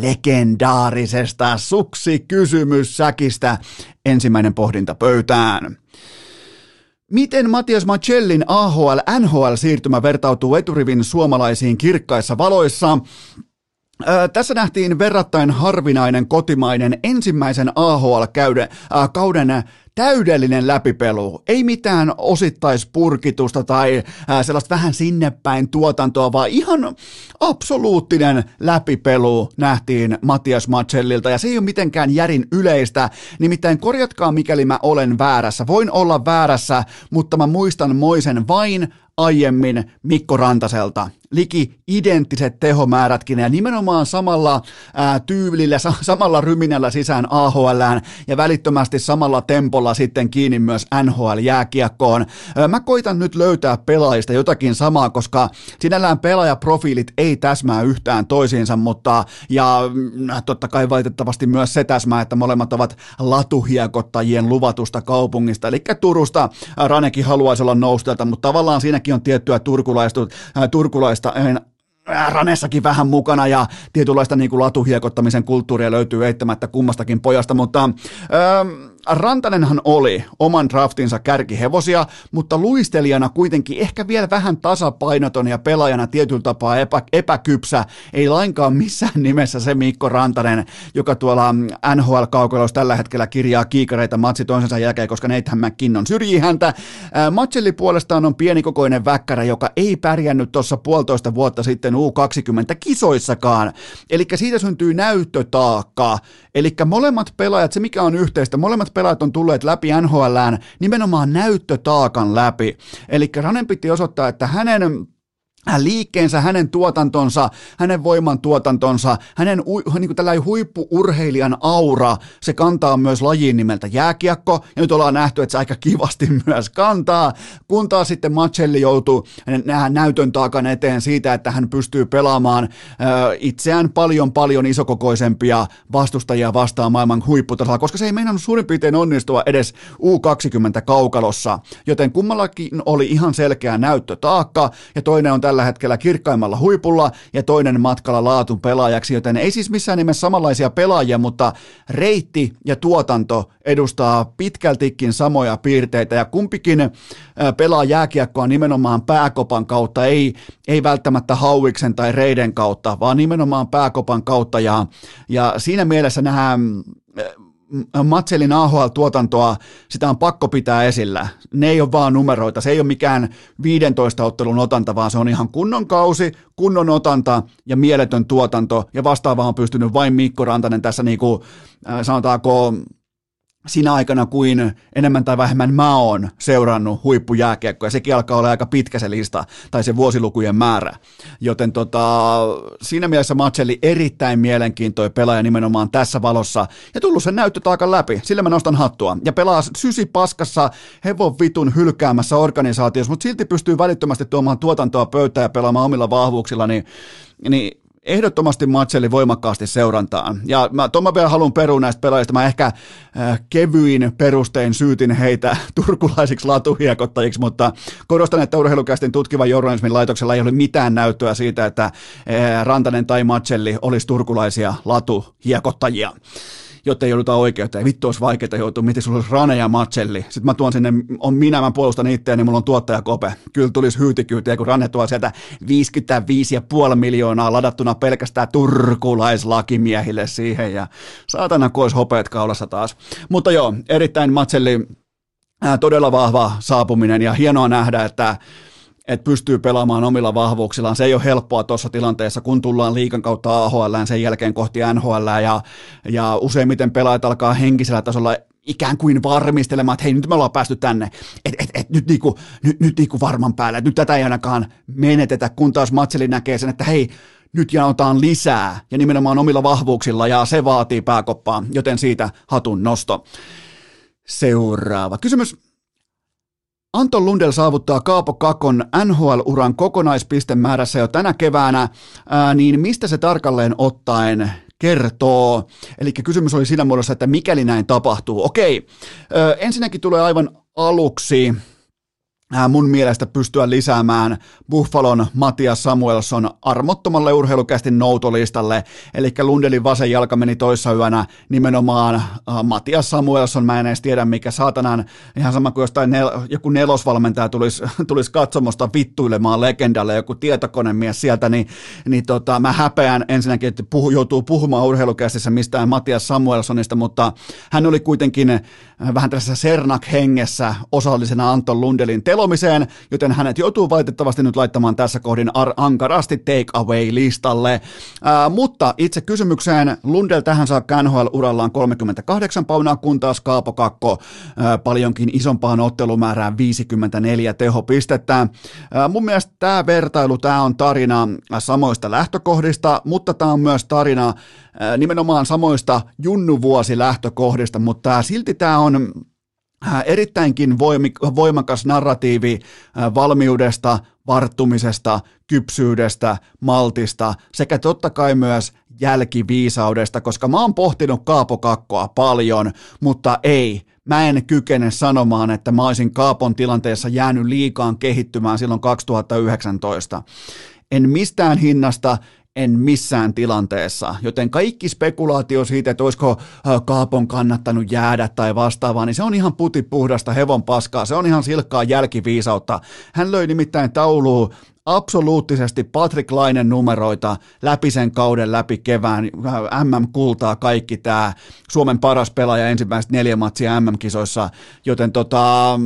legendaarisesta suksikysymyssäkistä ensimmäinen pohdinta pöytään. Miten Matias Macellin A H L N H L-siirtymä vertautuu eturivin suomalaisiin kirkkaissa valoissa? Öö, tässä nähtiin verrattain harvinainen kotimainen ensimmäisen A H L-kauden täydellinen läpipelu, ei mitään osittaispurkitusta tai ää, sellaista vähän sinne päin tuotantoa, vaan ihan absoluuttinen läpipelu nähtiin Matias Macellilta, ja se ei ole mitenkään järin yleistä, nimittäin korjatkaa mikäli mä olen väärässä, voin olla väärässä, mutta mä muistan moisen vain aiemmin Mikko Rantaselta. Liki identtiset tehomäärätkin ja nimenomaan samalla ää, tyylillä, sa- samalla ryminällä sisään A H L:ään ja välittömästi samalla tempolla sitten kiinni myös N H L-jääkiekkoon. Ää, mä koitan nyt löytää pelaajista jotakin samaa, koska sinällään pelaajaprofiilit ei täsmää yhtään toisiinsa, mutta ja totta kai valitettavasti myös se täsmää, että molemmat ovat latuhiekottajien luvatusta kaupungista, eli Turusta. Ranekin haluaisi olla Noustelta, mutta tavallaan siinäkin on tiettyä turkulaista, turkulaista Ranessakin vähän mukana ja tietynlaista niin kuin latuhiekottamisen kulttuuria löytyy eittämättä kummastakin pojasta, mutta öö, Rantanenhan oli oman draftinsa kärkihevosia, mutta luistelijana kuitenkin ehkä vielä vähän tasapainoton ja pelaajana tietyllä tapaa epä, epäkypsä, ei lainkaan missään nimessä se Mikko Rantanen, joka tuolla N H L-kaukalossa tällä hetkellä kirjaa kiikareita matsi toisensa jälkeen, koska Nathan McKinnon syrjii häntä. Machelli puolestaan on pienikokoinen väkkärä, joka ei pärjännyt tuossa puolitoista vuotta sitten U kaksikymmentä-kisoissakaan, eli siitä syntyy näyttötaakka, eli molemmat pelaajat, se mikä on yhteistä, molemmat pelaajat on tulleet läpi N H L:ään nimenomaan näyttötaakan läpi, eli Ranen piti osoittaa, että hänen liikkeensä, hänen tuotantonsa, hänen voimantuotantonsa, hänen niin kuin tällainen huippu-urheilijan aura, se kantaa myös lajiin nimeltä jääkiekko, ja nyt ollaan nähty, että se aika kivasti myös kantaa, kun taas sitten Machelli joutuu näytön taakan eteen siitä, että hän pystyy pelaamaan äh, itseään paljon paljon isokokoisempia vastustajia vastaan maailman huipputasolla, koska se ei meinannut suurin piirtein onnistua edes U kaksikymmentä kaukalossa, joten kummallakin oli ihan selkeä näyttötaakka, ja toinen on tällä tällä hetkellä kirkkaimmalla huipulla ja toinen matkalla laatun pelaajaksi, joten ei siis missään nimessä samanlaisia pelaajia, mutta reitti ja tuotanto edustaa pitkältikin samoja piirteitä ja kumpikin pelaa jääkiekkoa nimenomaan pääkopan kautta, ei, ei välttämättä hauiksen tai reiden kautta, vaan nimenomaan pääkopan kautta ja, ja siinä mielessä nämä Matselin A H L-tuotantoa, sitä on pakko pitää esillä. Ne ei ole vaan numeroita, se ei ole mikään viidentoista ottelun otanta, vaan se on ihan kunnon kausi, kunnon otanta ja mieletön tuotanto, ja vastaavaa on pystynyt vain Mikko Rantanen tässä niin kuin, sanotaanko, siinä aikana kuin enemmän tai vähemmän mä oon seurannut huippujääkiekkoa, ja sekin alkaa olla aika pitkä se lista, tai se vuosilukujen määrä. Joten tota, siinä mielessä Matselli erittäin mielenkiintoinen pelaaja nimenomaan tässä valossa, ja tullut sen näyttötaakan läpi, sillä mä nostan hattua, ja pelaa sysipaskassa hevon vitun hylkäämässä organisaatiossa, mutta silti pystyy välittömästi tuomaan tuotantoa pöytään ja pelaamaan omilla vahvuuksilla, niin, niin ehdottomasti Matselli voimakkaasti seurantaan. Ja mä, mä vielä haluan perua näistä pelaajista. Mä ehkä äh, kevyin perustein syytin heitä turkulaisiksi latuhiekottajiksi, mutta korostan, että Urheilukästin tutkivan journalismin laitoksella ei ole mitään näyttöä siitä, että äh, Rantanen tai Matselli olisi turkulaisia latuhiekottajia, jotta ei jouduta oikeuteen. Vittu olisi vaikeaa joutua, miten sulla olisi Rane ja Matselli. Sitten mä tuon sinne, on minä, mä puolustan itseäni, niin mulla on tuottaja Kope. Kyllä tulisi hyytikyytiä, kun Rane tuo sieltä viisikymmentäviisi pilkku viisi miljoonaa ladattuna pelkästään turkulaislakimiehille siihen, ja saatana kun olisi hopeat kaulassa taas. Mutta joo, erittäin Matselli, ää, todella vahva saapuminen, ja hienoa nähdä, että että pystyy pelaamaan omilla vahvuuksillaan. Se ei ole helppoa tuossa tilanteessa, kun tullaan liigan kautta A H L:ään sen jälkeen kohti N H L:ää, ja, ja useimmiten pelaajat alkaa henkisellä tasolla ikään kuin varmistelemaan, että hei, nyt me ollaan päästy tänne, että et, et, nyt, niinku, nyt, nyt niinku varman päällä, että nyt tätä ei ainakaan menetetä, kun taas Matseli näkee sen, että hei, nyt jaotaan lisää, ja nimenomaan omilla vahvuuksilla, ja se vaatii pääkoppaa, joten siitä hatun nosto. Seuraava kysymys. Anton Lundell saavuttaa Kaapo Kakon N H L-uran kokonaispistemäärässä jo tänä keväänä, ää, niin mistä se tarkalleen ottaen kertoo? Eli kysymys oli siinä muodossa, että mikäli näin tapahtuu. Okei, ää, ensinnäkin tulee aivan aluksi mun mielestä pystyä lisäämään Buffalon Matias Samuelsson armottomalle Urheilukästin noutolistalle, eli Lundellin vasen jalka meni toissa yönä nimenomaan äh, Matias Samuelsson, mä en edes tiedä mikä saatanan, ihan sama kuin jostain nel, joku nelosvalmentaja tulisi, tulisi katsomosta vittuilemaan legendalle, joku tietokonemies sieltä, niin, niin tota, mä häpeän ensinnäkin, että puhu, joutuu puhumaan Urheilukästissä mistään Matias Samuelssonista, mutta hän oli kuitenkin äh, vähän tässä Sernak-hengessä osallisena Anton Lundellin telomiseen, joten hänet joutuu valitettavasti nyt laittamaan tässä kohdin ar- ankarasti take-away-listalle. Ää, mutta itse kysymykseen, Lundell tähän saakka N H L-urallaan kolmekymmentäkahdeksan paunaa, kun taas Kaapo Kakko ää, paljonkin isompaan ottelumäärään viisikymmentäneljä tehopistettä. Ää, mun mielestä tämä vertailu, tämä on tarina samoista lähtökohdista, mutta tämä on myös tarina ää, nimenomaan samoista junnuvuosilähtökohdista, mutta silti tämä on erittäinkin voimakas narratiivi valmiudesta, varttumisesta, kypsyydestä, maltista sekä totta kai myös jälkiviisaudesta, koska mä oon pohtinut Kaapo Kakkoa paljon, mutta ei, mä en kykene sanomaan, että mä olisin Kaapon tilanteessa jäänyt liikaan kehittymään silloin kaksituhattayhdeksäntoista. En mistään hinnasta, en missään tilanteessa, joten kaikki spekulaatio siitä, että olisiko Kaapon kannattanut jäädä tai vastaavaa, niin se on ihan putipuhdasta hevon paskaa, se on ihan silkkaa jälkiviisautta. Hän löi nimittäin tauluun absoluuttisesti Patrick Lainen numeroita läpi sen kauden, läpi kevään, M M-kultaa, kaikki tämä, Suomen paras pelaaja ensimmäiset neljä matsia M M-kisoissa, joten tota...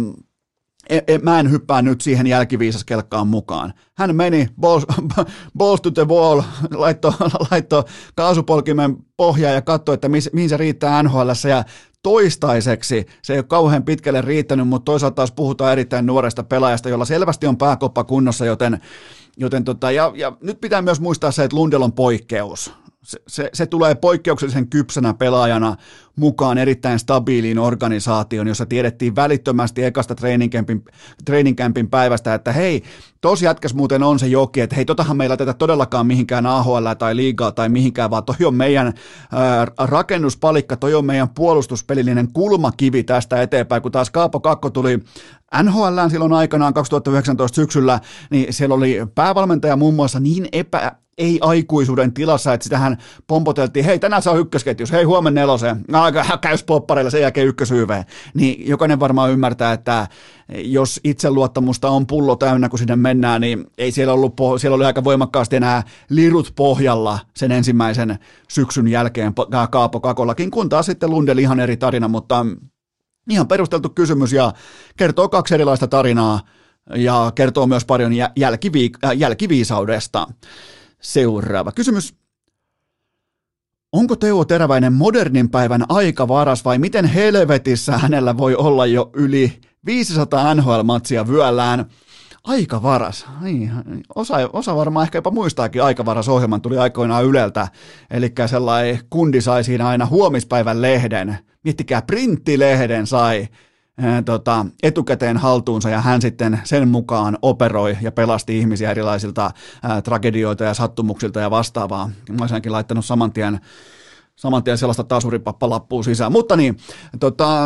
Mä en hyppää nyt siihen jälkiviisaskelkkaan mukaan. Hän meni balls, balls to the wall, laittoi laitto kaasupolkimen pohjaan ja katsoi, että mis, mihin se riittää N H L:ssä, ja toistaiseksi se ei ole kauhean pitkälle riittänyt, mutta toisaalta taas puhutaan erittäin nuoresta pelaajasta, jolla selvästi on pääkoppa kunnossa, joten, joten tota, ja, ja nyt pitää myös muistaa se, että Lundell on poikkeus. Se, se, se tulee poikkeuksellisen kypsänä pelaajana mukaan erittäin stabiiliin organisaation, jossa tiedettiin välittömästi ekasta training campin päivästä, että hei, tos jätkäs muuten on se joki, että hei, totahan me ei laiteta todellakaan mihinkään A H L tai liigaa tai mihinkään, vaan toi on meidän ää, rakennuspalikka, toi on meidän puolustuspelillinen kulmakivi tästä eteenpäin, kun taas Kaapo Kakko tuli N H L:ään silloin aikanaan kaksituhattayhdeksäntoista syksyllä, niin siellä oli päävalmentaja muun muassa niin epä ei-aikuisuuden tilassa, että sitähän pompoteltiin, hei tänään saa ykkösketjus, hei huomenna neloseen, käys poppareilla, sen jälkeen ykkösyyveen. Niin jokainen varmaan ymmärtää, että jos itseluottamusta on pullo täynnä, kun sinne mennään, niin ei siellä ollut, siellä oli aika voimakkaasti enää lirut pohjalla sen ensimmäisen syksyn jälkeen Kaapo Kakollakin, kun taas sitten Lundell ihan eri tarina, mutta ihan perusteltu kysymys ja kertoo kaksi erilaista tarinaa ja kertoo myös paljon jälkiviik- äh, jälkiviisaudesta. Seuraava kysymys. Onko Teuvo Teräväinen modernin päivän aikavaras vai miten helvetissä hänellä voi olla jo yli viisisataa N H L-matsia vyöllään? Aikavaras. Niin, osa, osa varmaan ehkä jopa muistaakin aikavarasohjelman tuli aikoinaan Yleltä. Eli sellainen kundi sai siinä aina huomispäivän lehden. Miettikää, printtilehden sai Tota, etukäteen haltuunsa ja hän sitten sen mukaan operoi ja pelasti ihmisiä erilaisilta ää, tragedioita ja sattumuksilta ja vastaavaa. Mä olisinkin laittanut saman tien, saman tien sellaista tasuripappalappua sisään. Mutta niin, tota,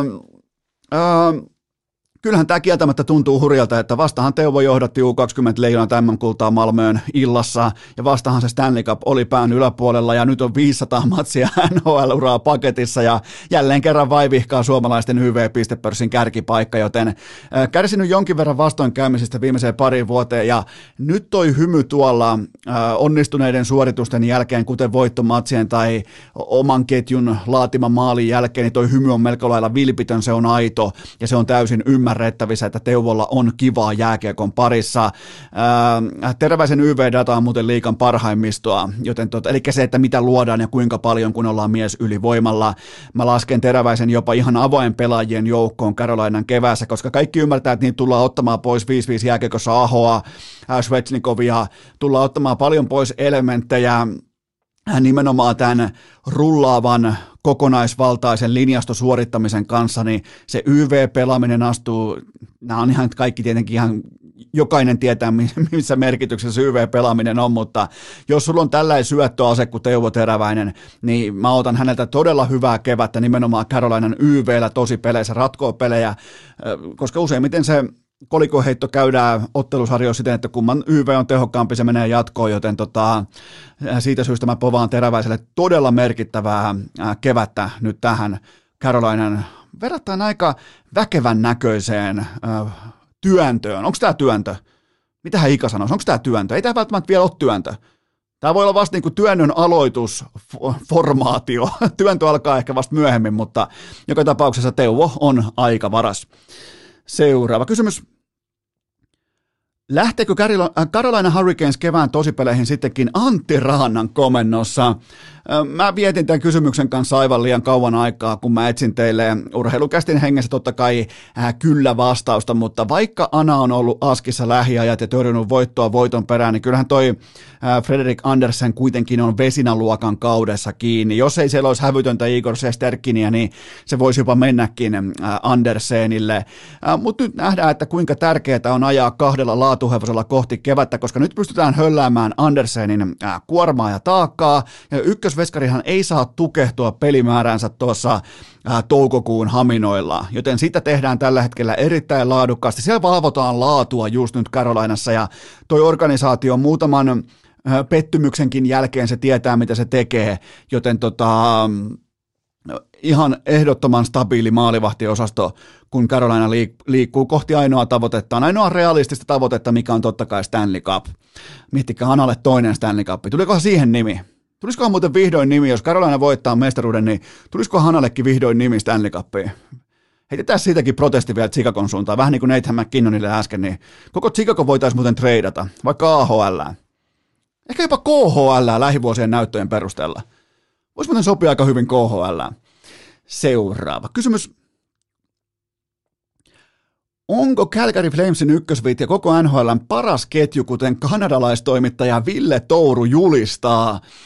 ää, kyllähän tämä kieltämättä tuntuu hurjalta, että vastahan Teuvo johdatti U kaksikymmentä Leijonat M M-kultaa Malmöön illassa ja vastahan se Stanley Cup oli pään yläpuolella ja nyt on viisisataa matsia N H L-uraa paketissa ja jälleen kerran vaivihkaa suomalaisten Y V-pistepörssin kärkipaikka, joten äh, kärsinyt jonkin verran vastoinkäymisistä viimeiseen pariin vuoteen ja nyt toi hymy tuolla äh, onnistuneiden suoritusten jälkeen, kuten voittomatsien tai oman ketjun laatiman maalin jälkeen, niin toi hymy on melko lailla vilpitön, se on aito ja se on täysin ymmärrettävä. Ymmärrettävissä, että Teuvolla on kivaa jääkiekon parissa. Ää, Teräväisen Y V-data on muuten liigan parhaimmistoa, joten tota, eli se, että mitä luodaan ja kuinka paljon, kun ollaan mies ylivoimalla. Mä lasken Teräväisen jopa ihan avainpelaajien joukkoon Carolinan keväässä, koska kaikki ymmärtää, että niitä tullaan ottamaan pois viisi viisi jääkiekossa Ahoa, Svechnikovia, tullaan ottamaan paljon pois elementtejä, nimenomaan tämän rullaavan kokonaisvaltaisen linjastosuorittamisen kanssa, niin se Y V-pelaaminen astuu, nämä on ihan kaikki tietenkin ihan, jokainen tietää, missä merkityksessä Y V-pelaaminen on, mutta jos sulla on tällainen syöttöase kuin Teuvo Teräväinen, niin mä otan häneltä todella hyvää kevättä nimenomaan Carolinan Y V:llä tosi peleissä, ratkoo pelejä, koska useimmiten se kolikoheitto käydään ottelusarjoissa siten, että kumman Y V on tehokkaampi, se menee jatkoon, joten tota, siitä syystä mä povaan Teräväiselle todella merkittävää kevättä nyt tähän Carolinan verrattain aika väkevän näköiseen äh, työntöön. Onko tämä työntö? Mitähän Ika sanoisi? Onko tämä työntö? Ei tämä välttämättä vielä ole työntö. Tämä voi olla vasta niin kuin työnnön aloitusformaatio. Työntö alkaa ehkä vasta myöhemmin, mutta joka tapauksessa Teuvo on aika varas. Seuraava kysymys. Lähteekö Carolina Hurricanes kevään tosipeleihin sittenkin Antti Raanan komennossa? Mä vietin tämän kysymyksen kanssa aivan liian kauan aikaa, kun mä etsin teille urheilukästin hengessä totta kai äh, kyllä vastausta, mutta vaikka Ana on ollut askissa lähiajat ja torjunut voittoa voiton perään, niin kyllähän toi äh, Frederik Andersen kuitenkin on Vesina-luokan kaudessa kiinni. Jos ei siellä olisi hävytöntä Igor Shesterkiniä, niin se voisi jopa mennäkin äh, Andersenille. Äh, mutta nyt nähdään, että kuinka tärkeää on ajaa kahdella laatuhevosella kohti kevättä, koska nyt pystytään hölläämään Andersenin äh, kuormaa ja taakkaa, ja ykkös Veskarihan ei saa tukehtua pelimääränsä tuossa ää, toukokuun haminoilla, joten sitä tehdään tällä hetkellä erittäin laadukkaasti. Siellä valvotaan laatua just nyt Carolinassa ja toi organisaatio muutaman ää, pettymyksenkin jälkeen se tietää, mitä se tekee, joten tota, ihan ehdottoman stabiili maalivahtiosasto, kun Carolina liik- liikkuu kohti ainoa tavoitetta, on ainoa realistista tavoitetta, mikä on totta kai Stanley Cup. Miettikää Hanalle toinen Stanley Cup. Tulikohan siihen nimi? Tulisikohan muuten vihdoin nimi, jos Carolina voittaa mestaruuden, niin tulisiko Hanallekin vihdoin nimi Stanley Cupiin? Heitetään siitäkin protesti vielä Chicagon suuntaan, vähän niin kuin Nathan McKinnonille äsken, niin koko Chicago voitaisiin muuten treidata, vaikka A H L. Ehkä jopa K H L lähivuosien näyttöjen perusteella. Voisi muuten sopia aika hyvin K H L. Seuraava kysymys. Onko Calgary Flamesin ykkösviit ja koko N H L:n paras ketju, kuten kanadalaistoimittaja Ville Touru julistaa?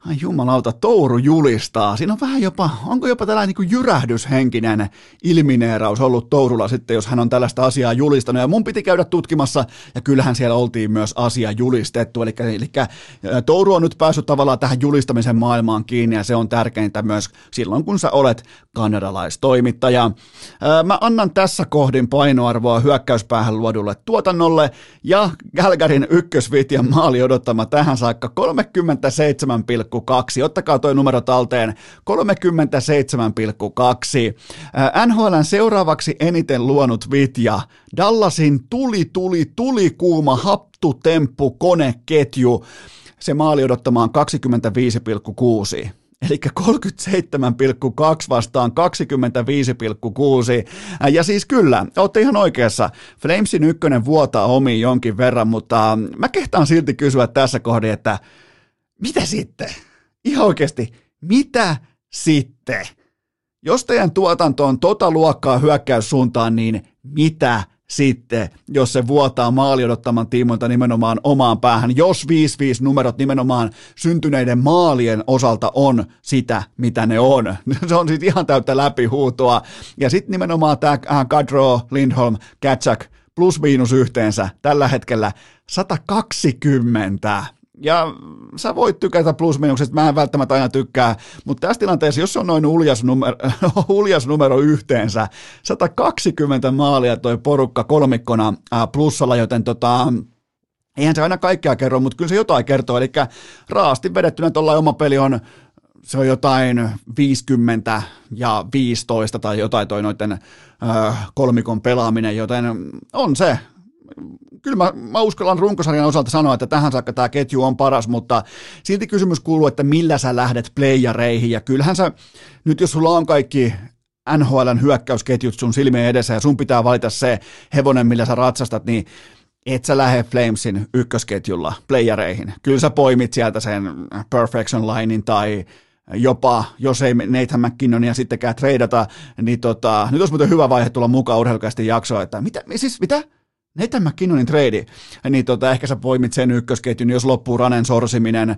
ai jumalauta, Touru julistaa. Siinä on vähän jopa, onko jopa tällainen niin kuin jyrähdyshenkinen ilmineeraus ollut Tourulla sitten, jos hän on tällaista asiaa julistanut. Ja mun piti käydä tutkimassa, ja kyllähän siellä oltiin myös asia julistettu. Eli, eli Touru on nyt päässyt tavallaan tähän julistamisen maailmaan kiinni, ja se on tärkeintä myös silloin, kun sä olet kanadalaistoimittaja. Mä annan tässä kohdin painoarvoa hyökkäyspäähän luodulle tuotannolle, ja Calgaryn ykkösvitjan maali odottama tähän saakka kolmekymmentäseitsemän pilkku kaksi. Ottakaa toi numero talteen, kolmekymmentäseitsemän pilkku kaksi. N H L:n seuraavaksi eniten luonut vitja, Dallasin tuli, tuli, tuli kuuma haptutemppu koneketju. Se maali odottamaan kaksikymmentäviisi pilkku kuusi. Eli kolmekymmentäseitsemän pilkku kaksi vastaan kaksikymmentäviisi pilkku kuusi. Ja siis kyllä, olette ihan oikeassa. Flamesin ykkönen vuotaa omiin jonkin verran, mutta mä kehtaan silti kysyä tässä kohdin, että mitä sitten? Ihan oikeasti, mitä sitten? Jos teidän tuotanto on tota luokkaa hyökkäyssuuntaan, niin mitä sitten, jos se vuotaa maali odottaman tiimoilta nimenomaan omaan päähän, jos viisi viisi numerot nimenomaan syntyneiden maalien osalta on sitä, mitä ne on. Se on sitten ihan täyttä läpihuutoa. Ja sitten nimenomaan tämä Gaudreau, Lindholm, Tkachuk plus miinus yhteensä tällä hetkellä sata kaksikymmentä. Ja sä voit tykätä plus-miinuksesta, mä en välttämättä aina tykkää, mutta tässä tilanteessa, jos se on noin uljas numero, uljas numero yhteensä, sata kaksikymmentä maalia toi porukka kolmikkona plussalla, joten tota, eihän se aina kaikkea kerro, mutta kyllä se jotain kertoo, eli raasti vedettynä tuolla oma peli on, se on jotain viisikymmentä ja viisitoista tai jotain toi noiden äh, kolmikon pelaaminen, joten on se. Kyllä mä, mä uskallan runkosarjan osalta sanoa, että tähän saakka tämä ketju on paras, mutta silti kysymys kuuluu, että millä sä lähdet playareihin, ja kyllähän sä, nyt jos sulla on kaikki N H L:n hyökkäysketjut sun silmien edessä, ja sun pitää valita se hevonen, millä sä ratsastat, niin et sä lähde Flamesin ykkösketjulla playareihin. Kyllä sä poimit sieltä sen perfection linein tai jopa, jos ei Nathan McKinnonia sittenkään treidata, niin tota, nyt olisi muuten hyvä vaihe tulla mukaan urheilukästi jaksoa, että mitä, siis mitä? Nathan McKinnonin trade, niin tota, ehkä sä poimit sen ykkösketjun, jos loppuu Ranen sorsiminen,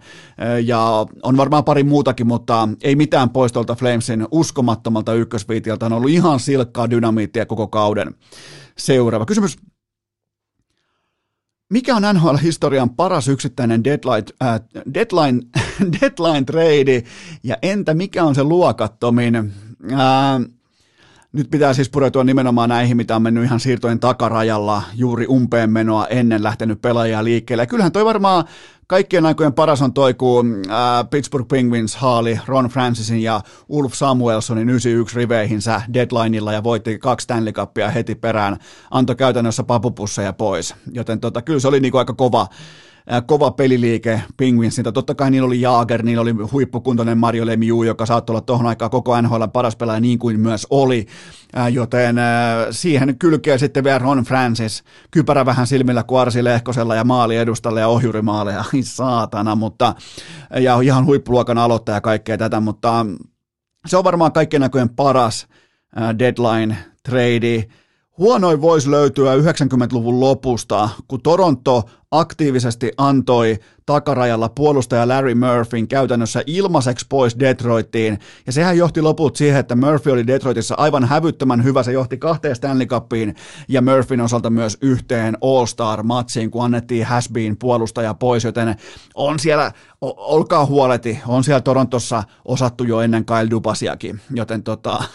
ja on varmaan pari muutakin, mutta ei mitään pois tuolta Flamesin uskomattomalta ykkösviitiltä, on ollut ihan silkkaa dynamiittia koko kauden. Seuraava kysymys. Mikä on N H L-historian paras yksittäinen deadline, äh, deadline, deadline trade, ja entä mikä on se luokattomin? Äh, Nyt pitää siis pureutua nimenomaan näihin, mitä on mennyt ihan siirtojen takarajalla, juuri umpeen menoa ennen lähtenyt pelaajia liikkeelle. Ja kyllähän toi varmaan kaikkien aikojen paras on toi, kun äh, Pittsburgh Penguins haali Ron Francisin ja Ulf Samuelsonin yhdeksänkymmentäyksi riveihinsä deadlineilla ja voitti kaksi Stanley Cupia heti perään, antoi käytännössä papupusseja pois. Joten tota, kyllä se oli niinku aika kova. Kova peliliike Penguinsilta. Totta kai niillä oli Jagr, niillä oli huippukuntoinen Mario Lemieux, joka saattoi olla tuohon aikaan koko N H L:n paras pelaaja niin kuin myös oli, joten siihen kylkee sitten vielä Ron Francis, kypärä vähän silmillä kuin Arsi Lehkosella ja maali edustalle ja ohjurimaaleja, ai saatana, mutta ja ihan huippuluokan aloittaja ja kaikkea tätä, mutta se on varmaan kaikkien näköjen paras deadline trade. Huonoin voisi löytyä yhdeksänkymmentäluvun lopusta, kun Toronto aktiivisesti antoi takarajalla puolustaja Larry Murphyn käytännössä ilmaiseksi pois Detroittiin, ja sehän johti loput siihen, että Murphy oli Detroitissa aivan hävyttömän hyvä, se johti kahteen Stanley Cupiin ja Murphyn osalta myös yhteen All-Star-matsiin, kun annettiin has-been puolustaja pois, joten on siellä, o- olkaa huoleti, on siellä Torontossa osattu jo ennen Kyle Dubasiakin, joten tota,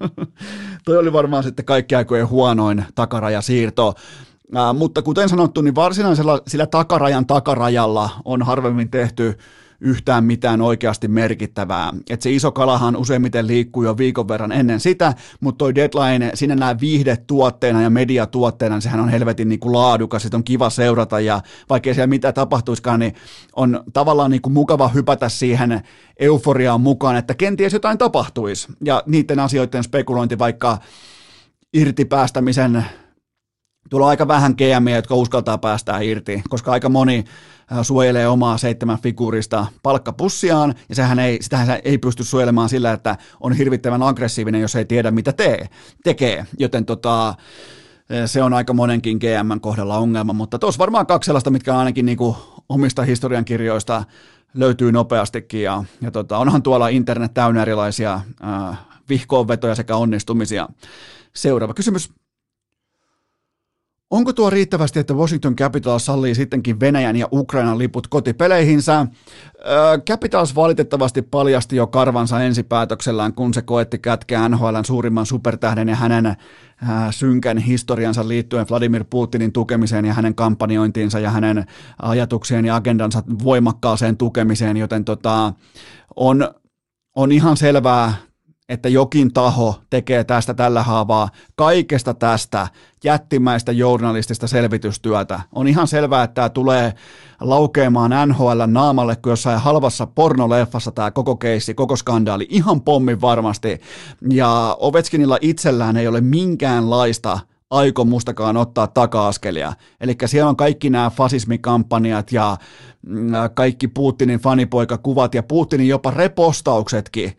toi oli varmaan sitten kaikki aikojen huonoin takarajasiirto. Äh, mutta kuten sanottu, niin varsinaisella sillä takarajan takarajalla on harvemmin tehty yhtään mitään oikeasti merkittävää. Et se iso kalahan useimmiten liikkuu jo viikon verran ennen sitä, mutta toi deadline sinällään viihdetuotteena ja mediatuotteena, niin sehän on helvetin niin kuin laadukas, sit on kiva seurata ja vaikkei siellä mitään tapahtuisikaan, niin on tavallaan niin kuin mukava hypätä siihen euforiaan mukaan, että kenties jotain tapahtuisi. Ja niiden asioiden spekulointi vaikka irtipäästämisen. Tuolla on aika vähän G M:iä, jotka uskaltaa päästää irti, koska aika moni suojelee omaa seitsemän figuurista palkkapussiaan, ja sehän ei, sitähän ei pysty suojelemaan sillä, että on hirvittävän aggressiivinen, jos ei tiedä, mitä tee, tekee, joten tota, se on aika monenkin G M:n kohdalla ongelma, mutta tuossa varmaan kaksi sellaista, mitkä on ainakin niinku omista historiankirjoista löytyy nopeastikin ja, ja tota, onhan tuolla internet täynnä erilaisia äh, vihkoonvetoja sekä onnistumisia. Seuraava kysymys. Onko tuo riittävästi, että Washington Capitals sallii sittenkin Venäjän ja Ukrainan liput kotipeleihinsä? Öö, Capitals valitettavasti paljasti jo karvansa ensipäätöksellään, kun se koetti kätkeä N H L:n suurimman supertähden ja hänen äh, synkän historiansa liittyen Vladimir Putinin tukemiseen ja hänen kampanjointiinsa ja hänen ajatuksien ja agendansa voimakkaaseen tukemiseen, joten tota, on, on ihan selvää, että jokin taho tekee tästä tällä haavaa kaikesta tästä jättimäistä journalistista selvitystyötä. On ihan selvää, että tämä tulee laukeamaan N H L:n naamalle kuin jossain halvassa pornoleffassa tämä koko keissi, koko skandaali, ihan pommin varmasti. Ja Ovechkinilla itsellään ei ole minkäänlaista aikomustakaan ottaa taka-askelia. Eli siellä on kaikki nämä fasismikampanjat ja kaikki Putinin fanipoikakuvat ja Putinin jopa repostauksetkin.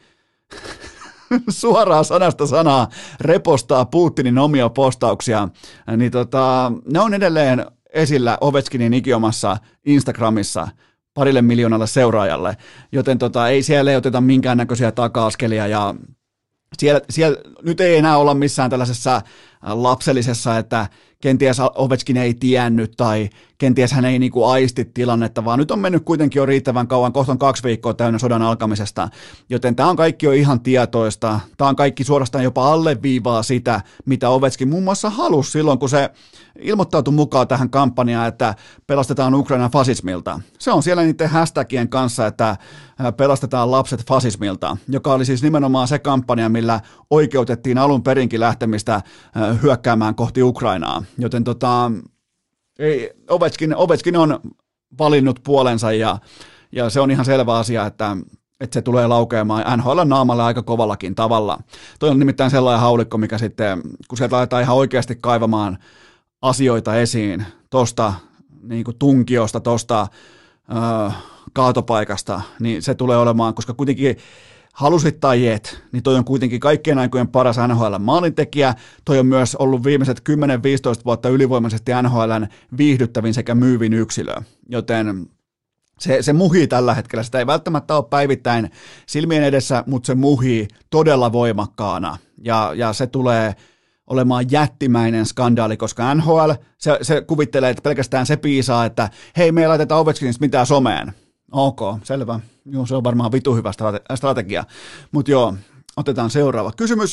Suoraan sanasta sanaa repostaa Putinin omia postauksia, niin tota, ne on edelleen esillä Ovechkinin ikiomassa Instagramissa parille miljoonalle seuraajalle, joten tota, ei siellä ei oteta minkäännäköisiä taka-askelia ja siellä, siellä nyt ei enää olla missään tällaisessa lapsellisessa, että kenties Ovechkin ei tiennyt tai kenties hän ei niinku aisti tilannetta, vaan nyt on mennyt kuitenkin jo riittävän kauan, kohta on kaksi viikkoa täynnä sodan alkamisesta, joten tämä on kaikki jo ihan tietoista, tämä on kaikki suorastaan jopa alleviivaa sitä, mitä Ovechkin muun muassa halusi silloin, kun se ilmoittautui mukaan tähän kampanjaan, että pelastetaan Ukrainan fasismilta. Se on siellä niiden hashtagien kanssa, että pelastetaan lapset fasismilta, joka oli siis nimenomaan se kampanja, millä oikeutettiin alun perinkin lähtemistä hyökkäämään kohti Ukrainaa. Joten tota, ei, Ovechkin, Ovechkin on valinnut puolensa ja, ja se on ihan selvä asia, että, että se tulee laukeamaan N H L:n naamalle aika kovallakin tavalla. Toi on nimittäin sellainen haulikko, mikä sitten, kun sieltä laitetaan ihan oikeasti kaivamaan asioita esiin tuosta niin kuin tunkiosta, tuosta äh, kaatopaikasta, niin se tulee olemaan, koska kuitenkin halusit tai et, niin toi on kuitenkin kaikkien aikojen paras N H L:n maalintekijä, toi on myös ollut viimeiset kymmenen viisitoista vuotta ylivoimaisesti N H L:n viihdyttävin sekä myyvin yksilö, joten se, se muhii tällä hetkellä, sitä ei välttämättä ole päivittäin silmien edessä, mutta se muhii todella voimakkaana ja, ja se tulee olemaan jättimäinen skandaali, koska N H L, se, se kuvittelee, että pelkästään se piisaa, että hei, me ei laiteta Ovechkinista mitään someen. Ok, selvä. Joo, se on varmaan vitu hyvä strate- strategia. Mutta joo, otetaan seuraava kysymys.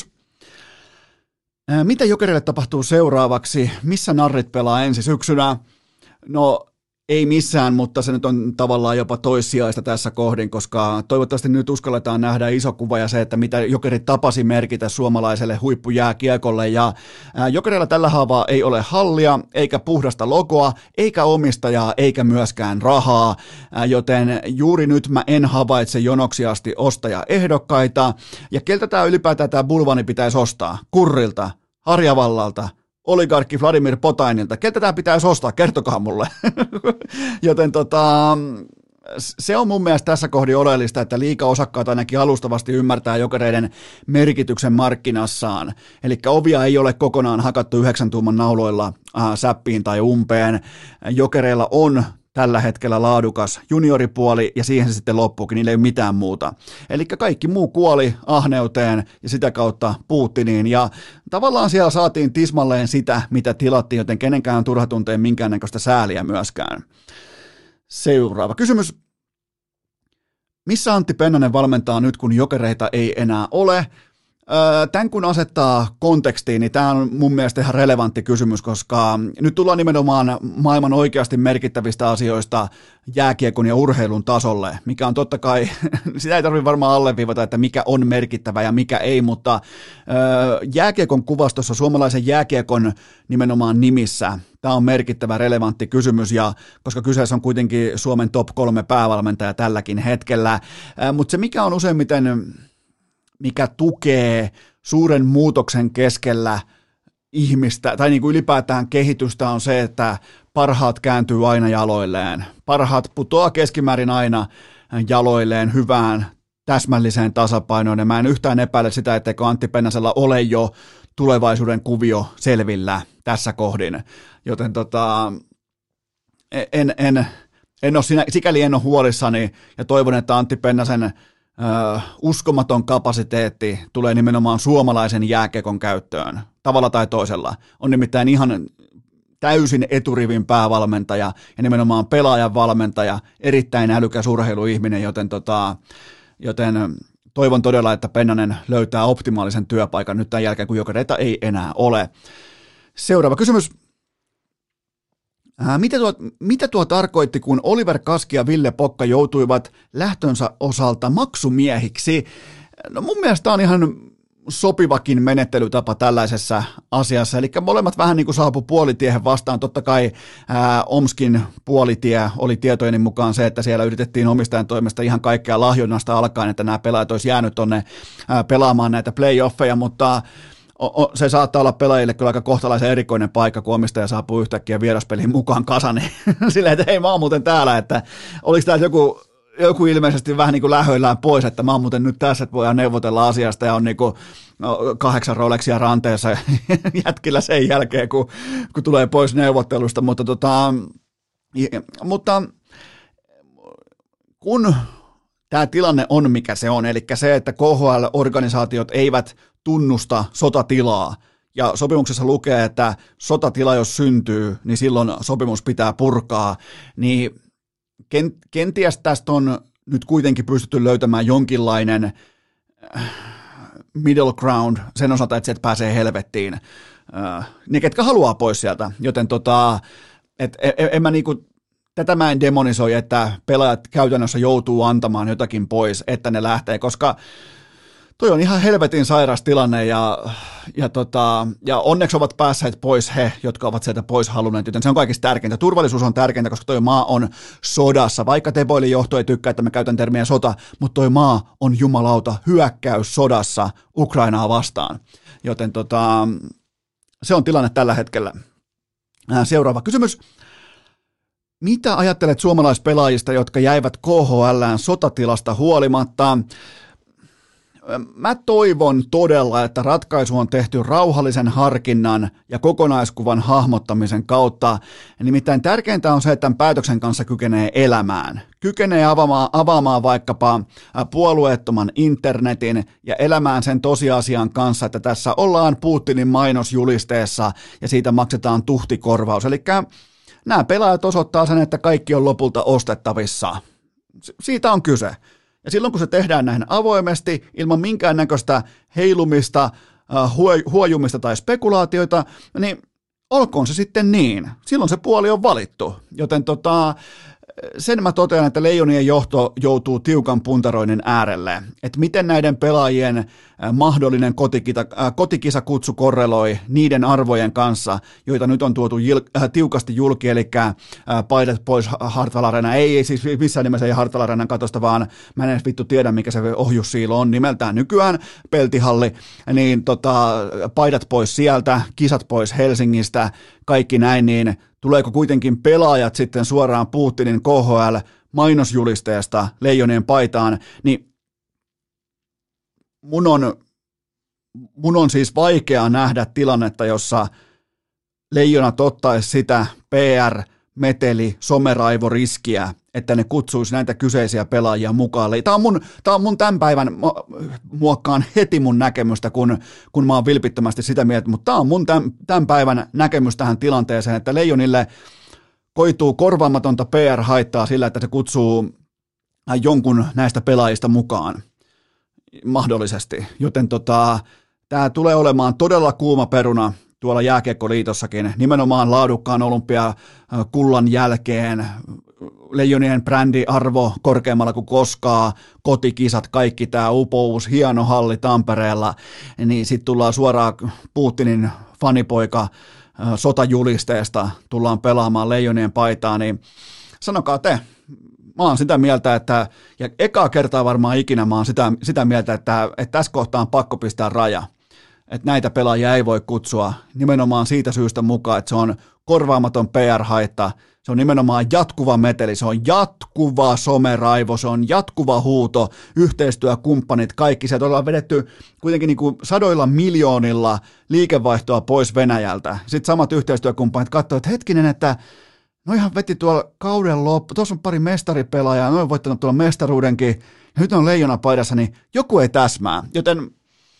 Ää, mitä Jokerille tapahtuu seuraavaksi? Missä narrit pelaa ensi syksynä? No, ei missään, mutta se nyt on tavallaan jopa toissijaista tässä kohdin, koska toivottavasti nyt uskalletaan nähdä iso kuva ja se, että mitä Jokeri tapasi merkitä suomalaiselle huippujääkiekolle. Ja Jokerilla tällä haavaa ei ole hallia, eikä puhdasta logoa, eikä omistajaa, eikä myöskään rahaa, joten juuri nyt mä en havaitse jonoksi asti ostajaehdokkaita. Ja keltä tämä ylipäätään tämä bulvani pitäisi ostaa? Kurrilta, Harjavallalta, oligarkki Vladimir Potainilta. Keltä tämä pitäisi ostaa? Kertokaa mulle. Joten tota, se on mun mielestä tässä kohdin oleellista, että liigaosakkaat ainakin alustavasti ymmärtää Jokereiden merkityksen markkinassaan. Eli ovia ei ole kokonaan hakattu yhdeksän tuuman nauloilla äh, säppiin tai umpeen. Jokereilla on tällä hetkellä laadukas junioripuoli ja siihen se sitten loppuukin, niillä ei ole mitään muuta. Eli kaikki muu kuoli ahneuteen ja sitä kautta Putiniin ja tavallaan siellä saatiin tismalleen sitä, mitä tilattiin, joten kenenkään on turha tuntea minkäännäköistä sääliä myöskään. Seuraava kysymys. Missä Antti Pennanen valmentaa nyt, kun Jokereita ei enää ole? Tämän kun asettaa kontekstiin, niin tämä on mun mielestä ihan relevantti kysymys, koska nyt tullaan nimenomaan maailman oikeasti merkittävistä asioista jääkiekon ja urheilun tasolle, mikä on totta kai, sitä ei tarvitse varmaan alleviivata, että mikä on merkittävä ja mikä ei, mutta jääkiekon kuvastossa, suomalaisen jääkiekon nimenomaan nimissä, tämä on merkittävä, relevantti kysymys, ja koska kyseessä on kuitenkin Suomen top kolme päävalmentaja tälläkin hetkellä, mutta se mikä on useimmiten mikä tukee suuren muutoksen keskellä ihmistä, tai niin kuin ylipäätään kehitystä on se, että parhaat kääntyy aina jaloilleen. Parhaat putoaa keskimäärin aina jaloilleen hyvään, täsmälliseen tasapainoon, ja mä en yhtään epäile sitä, etteikö Antti Pennasella ole jo tulevaisuuden kuvio selvillä tässä kohdin. Joten tota, en, en, en ole siinä, sikäli en ole huolissani ja toivon, että Antti Pennasen ö, uskomaton kapasiteetti tulee nimenomaan suomalaisen jääkiekon käyttöön, tavalla tai toisella. On nimittäin ihan täysin eturivin päävalmentaja ja nimenomaan pelaajan valmentaja, erittäin älykäs urheiluihminen, joten, tota, joten toivon todella, että Pennanen löytää optimaalisen työpaikan nyt tämän jälkeen, kun Jokereita ei enää ole. Seuraava kysymys. Ää, mitä, tuo, mitä tuo tarkoitti, kun Oliver Kaski ja Ville Pokka joutuivat lähtönsä osalta maksumiehiksi? No mun mielestä tämä on ihan sopivakin menettelytapa tällaisessa asiassa, eli molemmat vähän niin kuin saapu puolitiehen vastaan. Totta kai ää, Omskin puolitie oli tietojeni mukaan se, että siellä yritettiin omistajan toimesta ihan kaikkea lahjonnasta alkaen, että nämä pelaajat olisi jäänyt tuonne pelaamaan näitä playoffeja, mutta se saattaa olla pelaajille kyllä aika kohtalaisen erikoinen paikka, kun omistaja saapuu yhtäkkiä vieraspeliin mukaan kasaan, silleen, että hei, mä oon muuten täällä, että oliko täällä joku, joku ilmeisesti vähän niin kuin lähöillään pois, että mä oon muuten nyt tässä, että voidaan neuvotella asiasta ja on niin kuin no, kahdeksan Rolexia ranteessa jätkillä sen jälkeen, kun, kun tulee pois neuvottelusta, mutta, tota, mutta kun tämä tilanne on mikä se on, eli se, että K H L-organisaatiot eivät tunnusta sotatilaa, ja sopimuksessa lukee, että sotatila jos syntyy, niin silloin sopimus pitää purkaa, niin kenties tästä on nyt kuitenkin pystytty löytämään jonkinlainen middle ground sen osalta, että sieltä pääsee helvettiin. Ne, ketkä haluaa pois sieltä, joten tota, et, en, en mä niinku, tätä mä en demonisoi, että pelaajat käytännössä joutuu antamaan jotakin pois, että ne lähtee, koska toi on ihan helvetin sairas tilanne ja, ja, tota, ja onneksi ovat päässeet pois he, jotka ovat sieltä pois halunneet, joten se on kaikista tärkeintä. Turvallisuus on tärkeintä, koska toi maa on sodassa. Vaikka Teboilin johto ei tykkää, että mä käytän termiä sota, mutta toi maa on jumalauta hyökkäys sodassa Ukrainaa vastaan. Joten tota, se on tilanne tällä hetkellä. Seuraava kysymys. Mitä ajattelet suomalaispelaajista, jotka jäivät K H L:ään sotatilasta huolimatta? Mä toivon todella, että ratkaisu on tehty rauhallisen harkinnan ja kokonaiskuvan hahmottamisen kautta. Nimittäin tärkeintä on se, että tämän päätöksen kanssa kykenee elämään. Kykenee avaamaan, avaamaan vaikkapa puolueettoman internetin ja elämään sen tosiasian kanssa, että tässä ollaan Putinin mainosjulisteessa ja siitä maksetaan tuhtikorvaus. Eli nämä pelaajat osoittaa sen, että kaikki on lopulta ostettavissa. Siitä on kyse. Ja silloin kun se tehdään näin avoimesti, ilman minkäännäköistä heilumista, huojumista tai spekulaatioita, niin olkoon se sitten niin. Silloin se puoli on valittu. Joten tota, sen mä totean, että Leijonien johto joutuu tiukan puntaroinnin äärelle. Että miten näiden pelaajien mahdollinen kotikisa, kotikisakutsu korreloi niiden arvojen kanssa, joita nyt on tuotu jil, äh, tiukasti julki, eli äh, paidat pois Hartwall Arena. Ei, ei siis missään nimessä ei Hartwall Arenan katosta, vaan mä en edes vittu tiedä, mikä se ohjussiilo on nimeltään nykyään, peltihalli, niin tota, paidat pois sieltä, kisat pois Helsingistä, kaikki näin, niin tuleeko kuitenkin pelaajat sitten suoraan Putinin K H L-mainosjulisteesta Leijonien paitaan, niin mun on, mun on siis vaikea nähdä tilannetta, jossa Leijonat ottaisi sitä P R, meteli, someraivoriskiä, että ne kutsuisi näitä kyseisiä pelaajia mukaan. Tämä on mun, tämä on mun tämän päivän, muokkaan heti mun näkemystä, kun, kun mä oon vilpittömästi sitä mieltä, mutta tämä on mun tämän, tämän päivän näkemys tähän tilanteeseen, että Leijonille koituu korvaamatonta P R-haittaa sillä, että se kutsuu jonkun näistä pelaajista mukaan mahdollisesti, joten tota, tämä tulee olemaan todella kuuma peruna tuolla Jääkiekkoliitossakin, nimenomaan laadukkaan olympiakullan jälkeen, Leijonien brändiarvo korkeammalla kuin koskaan, kotikisat, kaikki tämä upous, hieno halli Tampereella, niin sitten tullaan suoraan Putinin fanipoika sotajulisteesta, tullaan pelaamaan Leijonien paitaa, niin sanokaa te, mä oon sitä mieltä, että, ja ekaa kertaa varmaan ikinä mä oon sitä, sitä mieltä, että, että tässä kohtaa on pakko pistää raja, että näitä pelaajia ei voi kutsua nimenomaan siitä syystä mukaan, että se on korvaamaton P R-haitta, se on nimenomaan jatkuva meteli, se on jatkuva someraivo, se on jatkuva huuto, yhteistyökumppanit, kaikki. Sieltä ollaan vedetty kuitenkin niin kuin sadoilla miljoonilla liikevaihtoa pois Venäjältä. Sitten samat yhteistyökumppanit katsoivat, että hetkinen, että no ihan veti tuolla kauden loppu, tuossa on pari mestaripelaajaa, ne on voittanut tuolla mestaruudenkin, nyt on leijona paidassa, niin joku ei täsmää, joten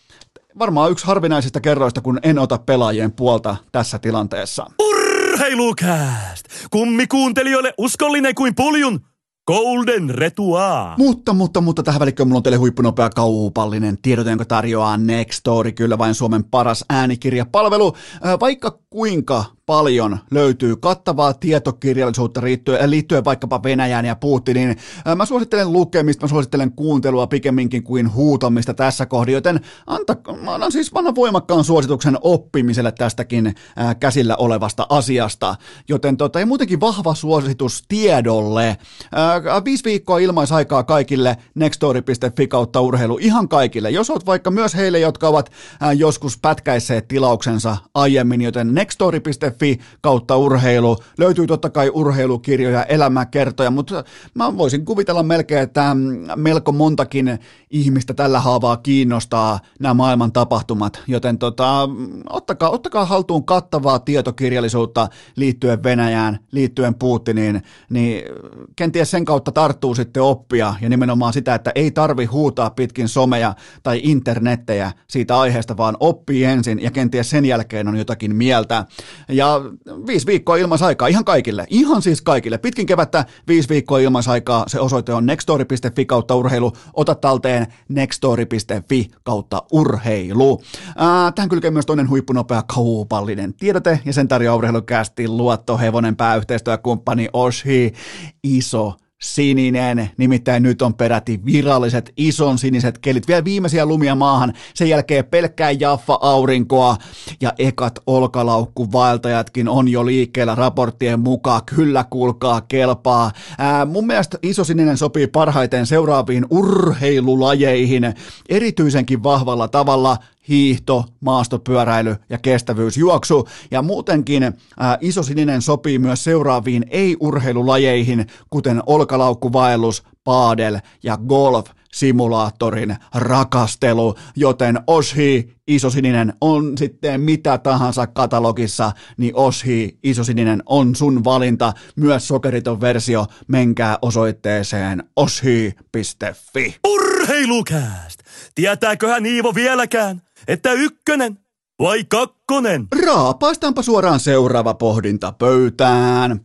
varmaan yksi harvinaisista kerroista, kun en ota pelaajien puolta tässä tilanteessa. Urheilukääst! Kummikuuntelijoille uskollinen kuin puljun Golden Retua. Mutta, mutta, mutta tähän välikköön mulla on teille huippunopea kaupallinen tiedote, jonka tarjoaa Nextory, kyllä vain Suomen paras äänikirjapalvelu. Vaikka kuinka paljon löytyy kattavaa tietokirjallisuutta liittyen, liittyen vaikkapa Venäjään ja Putiniin. Mä suosittelen lukemista, mä suosittelen kuuntelua pikemminkin kuin huutamista tässä kohdin, joten anta, mä annan siis vanhan voimakkaan suosituksen oppimiselle tästäkin ää, käsillä olevasta asiasta, joten tota, ja muutenkin vahva suositus tiedolle. Ää, viisi viikkoa ilmaisaikaa kaikille nextory piste fi kautta urheilu, ihan kaikille. Jos oot vaikka myös heille, jotka ovat ää, joskus pätkäisseet tilauksensa aiemmin, joten nextory piste fi kautta urheilu. Löytyy totta kai urheilukirjoja, elämäkertoja, mutta mä voisin kuvitella melkein, että melko montakin ihmistä tällä haavaa kiinnostaa nämä maailman tapahtumat, joten tota, ottakaa, ottakaa haltuun kattavaa tietokirjallisuutta liittyen Venäjään, liittyen Putiniin, niin kenties sen kautta tarttuu sitten oppia ja nimenomaan sitä, että ei tarvi huutaa pitkin someja tai internettejä siitä aiheesta, vaan oppii ensin ja kenties sen jälkeen on jotakin mieltä. Ja viisi viikkoa ilmaisaikaa ihan kaikille, ihan siis kaikille. Pitkin kevättä viisi viikkoa ilmaisaikaa, se osoite on nextory piste fi kautta urheilu. Ota talteen nextory piste fi kautta urheilu. Ää, tähän kylkee myös toinen huippunopea kaupallinen tiedote, ja sen tarjoaa urheilukästin luottohevonen pääyhteistyökumppani Oshi, iso sininen, nimittäin nyt on peräti viralliset ison siniset kelit, vielä viimeisiä lumia maahan, sen jälkeen pelkkää Jaffa-aurinkoa ja ekat olkalaukkuvaeltajatkin on jo liikkeellä raporttien mukaan, kyllä kuulkaa kelpaa. Ää, mun mielestä iso sininen sopii parhaiten seuraaviin urheilulajeihin erityisenkin vahvalla tavalla: hiihto, maastopyöräily ja kestävyysjuoksu. Ja muutenkin ää, iso sininen sopii myös seuraaviin ei-urheilulajeihin, kuten olkalaukkuvaellus, paadel ja golf-simulaattorin rakastelu. Joten Oshi isosininen on sitten mitä tahansa katalogissa, niin Oshi isosininen on sun valinta. Myös sokeriton versio, menkää osoitteeseen oshi piste fi. Urheilukääst! Tietääköhän Iivo vieläkään, että ykkönen vai kakkonen? Raapaistaanpa suoraan seuraava pohdinta pöytään.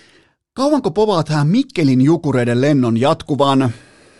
Kauanko povaat tähän Mikkelin Jukureiden lennon jatkuvan?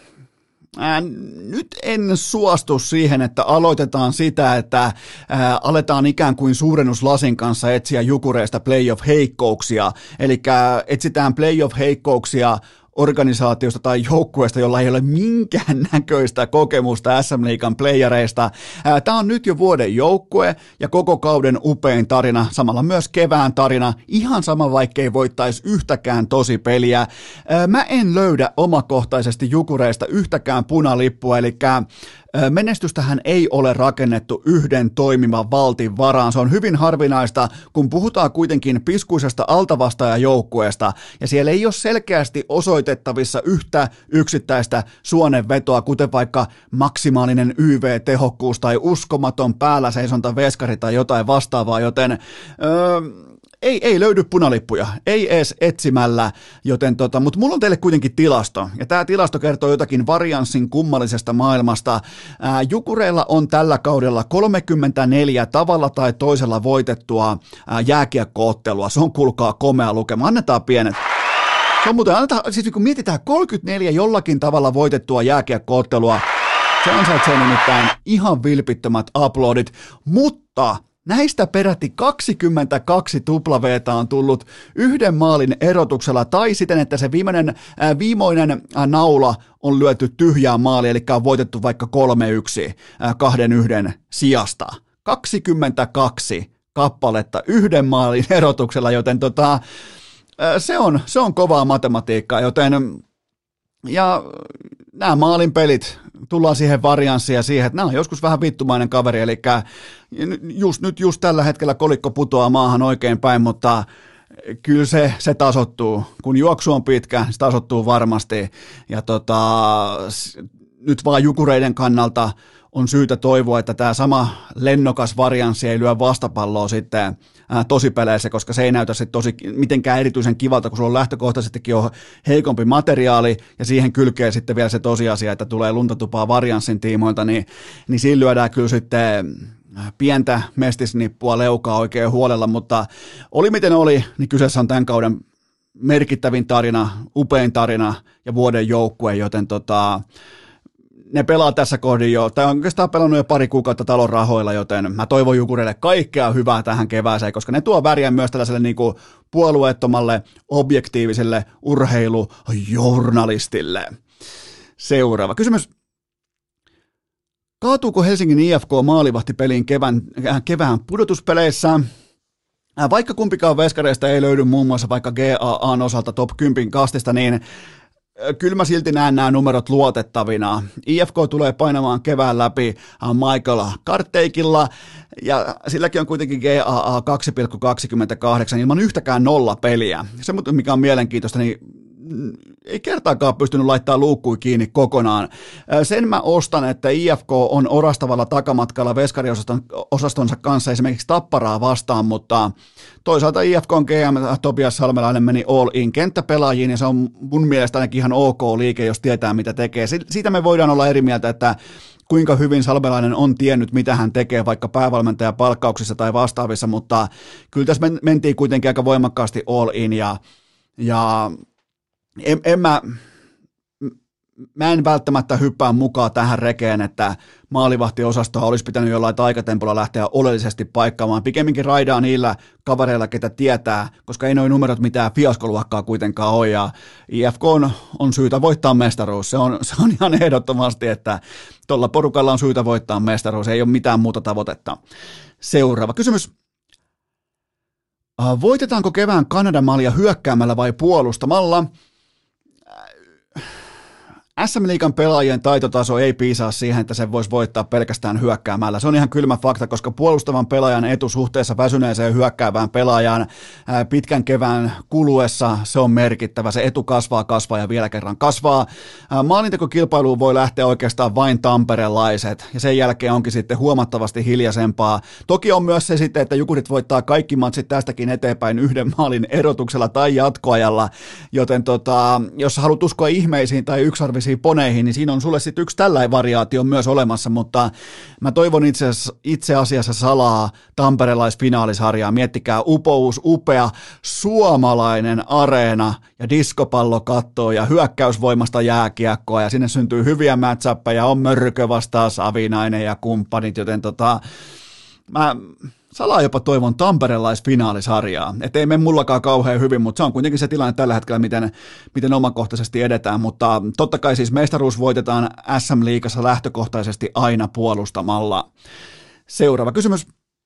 Ää, nyt en suostu siihen, että aloitetaan sitä, että ää, aletaan ikään kuin suurennuslasin kanssa etsiä Jukureista playoff-heikkouksia. Eli etsitään playoff-heikkouksia organisaatiosta tai joukkueesta, jolla ei ole minkään näköistä kokemusta S M-liigan playereista. Tämä on nyt jo vuoden joukkue ja koko kauden upein tarina, samalla myös kevään tarina, ihan sama vaikkei voittaisi yhtäkään tosi peliä. Mä en löydä omakohtaisesti Jukureista yhtäkään punalippua, eli menestystähän ei ole rakennettu yhden toimivan valtin varaan. Se on hyvin harvinaista, kun puhutaan kuitenkin piskuisesta altavastaajajoukkueesta, ja siellä ei ole selkeästi osoitettavissa yhtä yksittäistä suonenvetoa, kuten vaikka maksimaalinen Y V-tehokkuus tai uskomaton päällä seisonta veskari tai jotain vastaavaa, joten Öö, Ei, ei löydy punalippuja, ei edes etsimällä, joten tota, mutta mulla on teille kuitenkin tilasto, ja tämä tilasto kertoo jotakin varianssin kummallisesta maailmasta. Ää, Jukureilla on tällä kaudella kolmekymmentäneljä tavalla tai toisella voitettua ää, jääkiekko-ottelua, se on kuulkaa komea lukema, annetaan pienet. Se on muuten, annetaan, siis kun mietitään kolmekymmentäneljä jollakin tavalla voitettua jääkiekko-ottelua, se ansaitsee nimittäin ihan vilpittömät aplodit, mutta näistä peräti kaksikymmentäkaksi tuplaveeta on tullut yhden maalin erotuksella tai siten, että se viimeinen, ää, viimeinen ää, naula on lyöty tyhjään maaliin, eli on voitettu vaikka kolme yksi ää, kahden yhden sijasta. kaksikymmentäkaksi kappaletta yhden maalin erotuksella, joten tota, ää, se, on, se on kovaa matematiikkaa, joten ja nämä maalin pelit, tullaan siihen varianssiin ja siihen, että nämä on joskus vähän vittumainen kaveri, eli just, nyt just tällä hetkellä kolikko putoaa maahan oikein päin, mutta kyllä se, se tasottuu. Kun juoksu on pitkä, se tasottuu varmasti, ja tota, nyt vaan Jukureiden kannalta on syytä toivoa, että tämä sama lennokas varianssi ei lyö vastapalloa sitten ää, tosipeleissä, koska se ei näytä sitten tosi mitenkään erityisen kivalta, kun sulla on lähtökohtaisestikin on heikompi materiaali ja siihen kylkee sitten vielä se tosiasia, että tulee luntatupaa varianssin tiimoilta, niin, niin siinä lyödään kyllä sitten pientä mestisnippua leukaa oikein huolella, mutta oli miten oli, niin kyseessä on tämän kauden merkittävin tarina, upein tarina ja vuoden joukkue, joten tota, ne pelaa tässä kohdin jo, tai on oikeastaan pelannut jo pari kuukautta talon rahoilla, joten mä toivon Jukureille kaikkea hyvää tähän kevääseen, koska ne tuo väriä myös tällaiselle niin kuin puolueettomalle, objektiiviselle urheilujournalistille. Seuraava kysymys. Kaatuuko Helsingin I F K maalivahtipeliin kevään, kevään pudotuspeleissä? Vaikka kumpikaan veskareista ei löydy muun muassa vaikka G A A:n osalta top kymmenen kastista, niin kyllä mä silti näen nämä numerot luotettavina. I F K tulee painamaan kevään läpi Michael Karteikilla, ja silläkin on kuitenkin G A A kaksi pilkku kaksikymmentäkahdeksan ilman yhtäkään nollapeliä. Se, mikä on mielenkiintoista, niin ei kertaakaan pystynyt laittamaan luukkui kiinni kokonaan. Sen mä ostan, että I F K on orastavalla takamatkalla veskariosastonsa kanssa esimerkiksi Tapparaa vastaan, mutta toisaalta I F K:n G M Topias Salmelainen meni all in kenttäpelaajiin, ja se on mun mielestä ainakin ihan ok liike, jos tietää mitä tekee. Siitä me voidaan olla eri mieltä, että kuinka hyvin Salmelainen on tiennyt, mitä hän tekee vaikka päävalmentajan palkkauksissa tai vastaavissa, mutta kyllä tässä mentiin kuitenkin aika voimakkaasti all in, ja, ja En, en mä, mä en välttämättä hyppää mukaan tähän rekeen, että maalivahtiosastoa olisi pitänyt jollain taikatempolla lähteä oleellisesti paikkaamaan. Pikemminkin raidaa niillä kavereilla, ketä tietää, koska ei nuo numerot mitään fiaskoluokkaa kuitenkaan ole. Ja I F K on, on syytä voittaa mestaruus. Se on, se on ihan ehdottomasti, että tuolla porukalla on syytä voittaa mestaruus. Ei ole mitään muuta tavoitetta. Seuraava kysymys. Voitetaanko kevään Kanada-malja hyökkäämällä vai puolustamalla? S M-liigan pelaajien taitotaso ei piisaa siihen, että sen voisi voittaa pelkästään hyökkäämällä. Se on ihan kylmä fakta, koska puolustavan pelaajan etu suhteessa väsyneeseen hyökkäävään pelaajaan pitkän kevään kuluessa se on merkittävä. Se etu kasvaa, kasvaa ja vielä kerran kasvaa. Maalintekokilpailuun voi lähteä oikeastaan vain tamperelaiset, ja sen jälkeen onkin sitten huomattavasti hiljaisempaa. Toki on myös se sitten, että Jukurit voittaa kaikki matsit tästäkin eteenpäin yhden maalin erotuksella tai jatkoajalla, joten tota, jos haluat uskoa ihmeisiin tai yksarvisiin poneihin, niin siinä on sulle sitten yksi tällainen variaatio myös olemassa, mutta mä toivon itse, itse asiassa salaa tamperelaisfinaalisarjaa. Miettikää, upous, upea suomalainen areena ja diskopallokattoa ja hyökkäysvoimasta jääkiekkoa, ja sinne syntyy hyviä match-appeja, on Mörkö vastaan Savinainen ja kumppanit, joten tota, mä salaa jopa toivon tamperelaisfinaalisarjaa. Et ei mene mullakaan kauhean hyvin, mutta se on kuitenkin se tilanne tällä hetkellä, miten, miten omakohtaisesti edetään. Mutta totta kai siis mestaruus voitetaan S M-liigassa lähtökohtaisesti aina puolustamalla. Seuraava kysymys.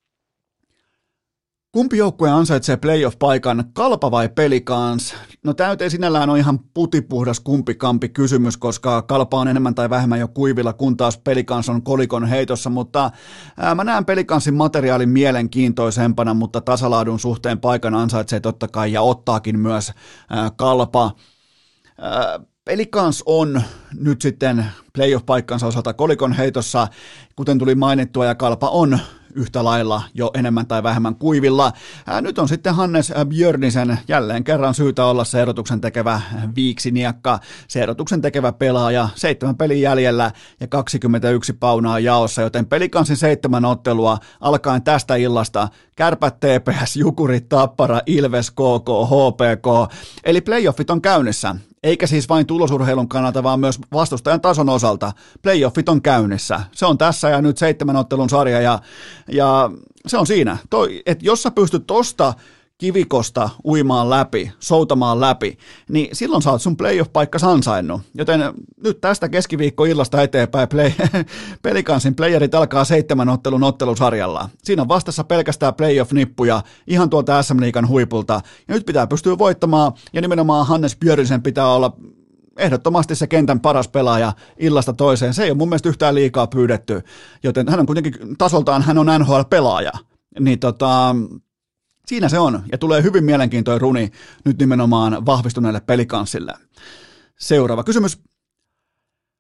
Kumpi joukkue ansaitsee playoff-paikan, Kalpa vai Pelicans? No tämä nyt ei sinällään ole ihan putipuhdas kumpikampi kysymys, koska Kalpa on enemmän tai vähemmän jo kuivilla, kun taas Pelicans on kolikon heitossa, mutta ää, mä näen Pelicansin materiaalin mielenkiintoisempana, mutta tasalaadun suhteen paikan ansaitsee totta kai ja ottaakin myös ää, Kalpa. Ää, Pelicans on nyt sitten playoff-paikkansa osalta kolikon heitossa, kuten tuli mainittua, ja Kalpa on yhtä lailla jo enemmän tai vähemmän kuivilla. Ää, nyt on sitten Hannes Björnisen jälleen kerran syytä olla se erotuksen tekevä viiksiniakka, se erotuksen tekevä pelaaja, seitsemän pelin jäljellä ja kaksikymmentäyksi paunaa jaossa, joten Pelicansin seitsemän ottelua alkaen tästä illasta, Kärpät, T P S, Jukurit, Tappara, Ilves, K K, H P K, eli playoffit on käynnissä. Eikä siis vain tulosurheilun kannalta, vaan myös vastustajan tason osalta. Playoffit on käynnissä. Se on tässä ja nyt seitsemän ottelun sarja, ja, ja se on siinä. Toi, et jos sä pystyt tosta kivikosta uimaan läpi, soutamaan läpi, niin silloin sä oot sun playoff-paikka ansainnut. Joten nyt tästä keskiviikkoillasta eteenpäin play, Pelicansin playerit alkaa seitsemän ottelun ottelusarjalla. Siinä on vastassa pelkästään playoff-nippuja ihan tuolta S M-liigan huipulta. Ja nyt pitää pystyä voittamaan, ja nimenomaan Hannes Björnisen pitää olla ehdottomasti se kentän paras pelaaja illasta toiseen. Se ei ole mun mielestä yhtään liikaa pyydetty, joten hän on kuitenkin tasoltaan, hän on N H L-pelaaja. Niin tota... Siinä se on, ja tulee hyvin mielenkiintoinen runi nyt nimenomaan vahvistuneelle Pelicansille. Seuraava kysymys.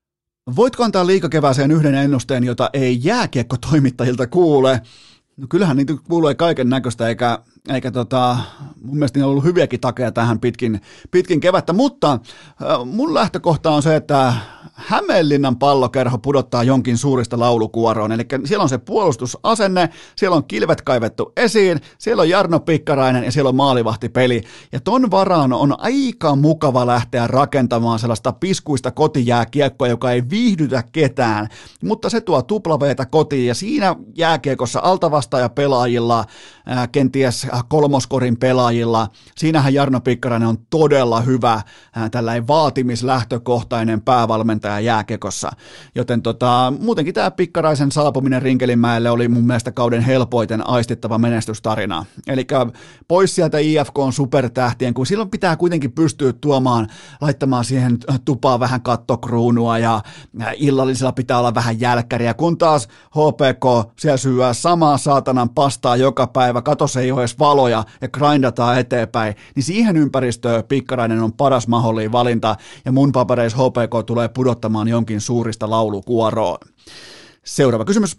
Voitko antaa liigakevääseen yhden ennusteen, jota ei jääkiekkotoimittajilta kuule? No kyllähän niitä kuulee kaiken näköistä, eikä, eikä tota, mun mielestä on ollut hyviäkin takeja tähän pitkin, pitkin kevättä, mutta äh, mun lähtökohta on se, että Hämeenlinnan Pallokerho pudottaa jonkin suurista laulukuoroon, eli siellä on se puolustusasenne, siellä on kilvet kaivettu esiin, siellä on Jarno Pikkarainen ja siellä on maalivahtipeli, ja ton varaan on aika mukava lähteä rakentamaan sellaista piskuista kotijääkiekkoa, joka ei viihdytä ketään, mutta se tuo tuplaveetä kotiin, ja siinä jääkiekossa altavastaaja pelaajilla, ää, kenties kolmoskorin pelaajilla, siinähän Jarno Pikkarainen on todella hyvä, ää, tällainen vaatimislähtökohtainen päävalmentaja jääkekossa, joten tota, muutenkin tämä Pikkaraisen saapuminen Rinkelinmäelle oli mun mielestä kauden helpoiten aistittava menestystarina, eli pois sieltä I F K:n supertähtien, kun silloin pitää kuitenkin pystyä tuomaan, laittamaan siihen tupaan vähän kattokruunua ja illallisilla pitää olla vähän jälkkäriä, kun taas H P K siellä syyää samaa saatanan pastaa joka päivä, katos ei ole edes valoja ja grindataan eteenpäin, niin siihen ympäristöön Pikkarainen on paras mahdollinen valinta ja mun papereissa H P K tulee pudottamaan jonkin suurista laulukuoroon. Seuraava kysymys.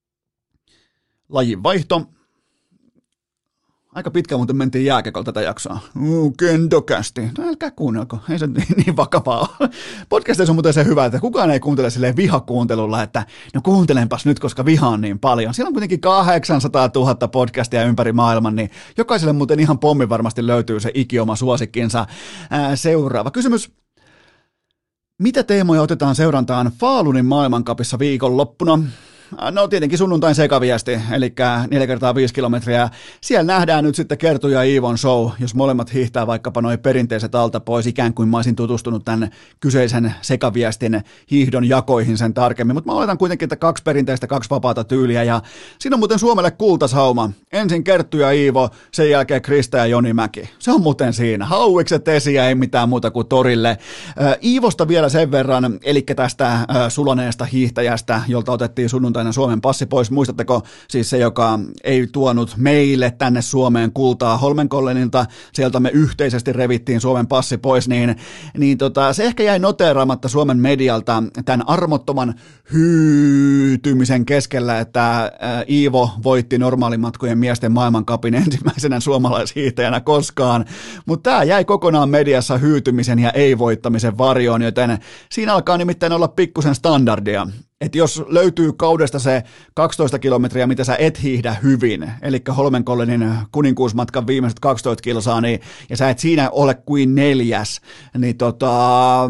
Lajin vaihto. Aika pitkään muuten mentiin jääkiekolla tätä jaksoa. Uh, kendokästi. No älkää kuunnelko, ei se niin vakavaa ole. Podcastissa on muuten se hyvä, että kukaan ei kuuntele silleen vihakuuntelulla, että no kuuntelenpas nyt, koska vihaan niin paljon. Siellä on kuitenkin kahdeksansataatuhatta podcastia ympäri maailman, niin jokaiselle muuten ihan pommi varmasti löytyy se ikioma suosikkinsa. Ää, seuraava kysymys. Mitä teemoja otetaan seurantaan Falunin maailmancupissa viikonloppuna? No tietenkin sunnuntain sekaviesti, eli neljä kertaa viisi kilometriä. Siellä nähdään nyt sitten Kerttu ja Iivon show, jos molemmat hiihtää vaikkapa noin perinteiset alta pois, ikään kuin mä olisin tutustunut tämän kyseisen sekaviestin hiihdon jakoihin sen tarkemmin. Mutta mä oletan kuitenkin, että kaksi perinteistä, kaksi vapaata tyyliä, ja siinä on muuten Suomelle kultasauma. Ensin Kerttu ja Iivo, sen jälkeen Krista ja Joni Mäki. Se on muuten siinä. Hauikset esiä, ei mitään muuta kuin torille. Iivosta vielä sen verran, eli tästä sulaneesta hiihtäjästä, jolta otettiin sunnuntai Suomen passi pois. Muistatteko siis se, joka ei tuonut meille tänne Suomeen kultaa Holmenkollenilta, sieltä me yhteisesti revittiin Suomen passi pois, niin, niin tota, se ehkä jäi noteeraamatta Suomen medialta tämän armottoman hyytymisen keskellä, että Iivo voitti normaalimatkojen miesten maailmancupin ensimmäisenä suomalaishiihtäjänä koskaan, mutta tämä jäi kokonaan mediassa hyytymisen ja ei-voittamisen varjoon, joten siinä alkaa nimittäin olla pikkusen standardia. Että jos löytyy kaudesta se kaksitoista kilometriä, mitä sä et hiihdä hyvin, eli Holmenkollenin kuninkuusmatkan viimeiset kaksitoista kilsaa, niin, ja sä et siinä ole kuin neljäs, niin tota,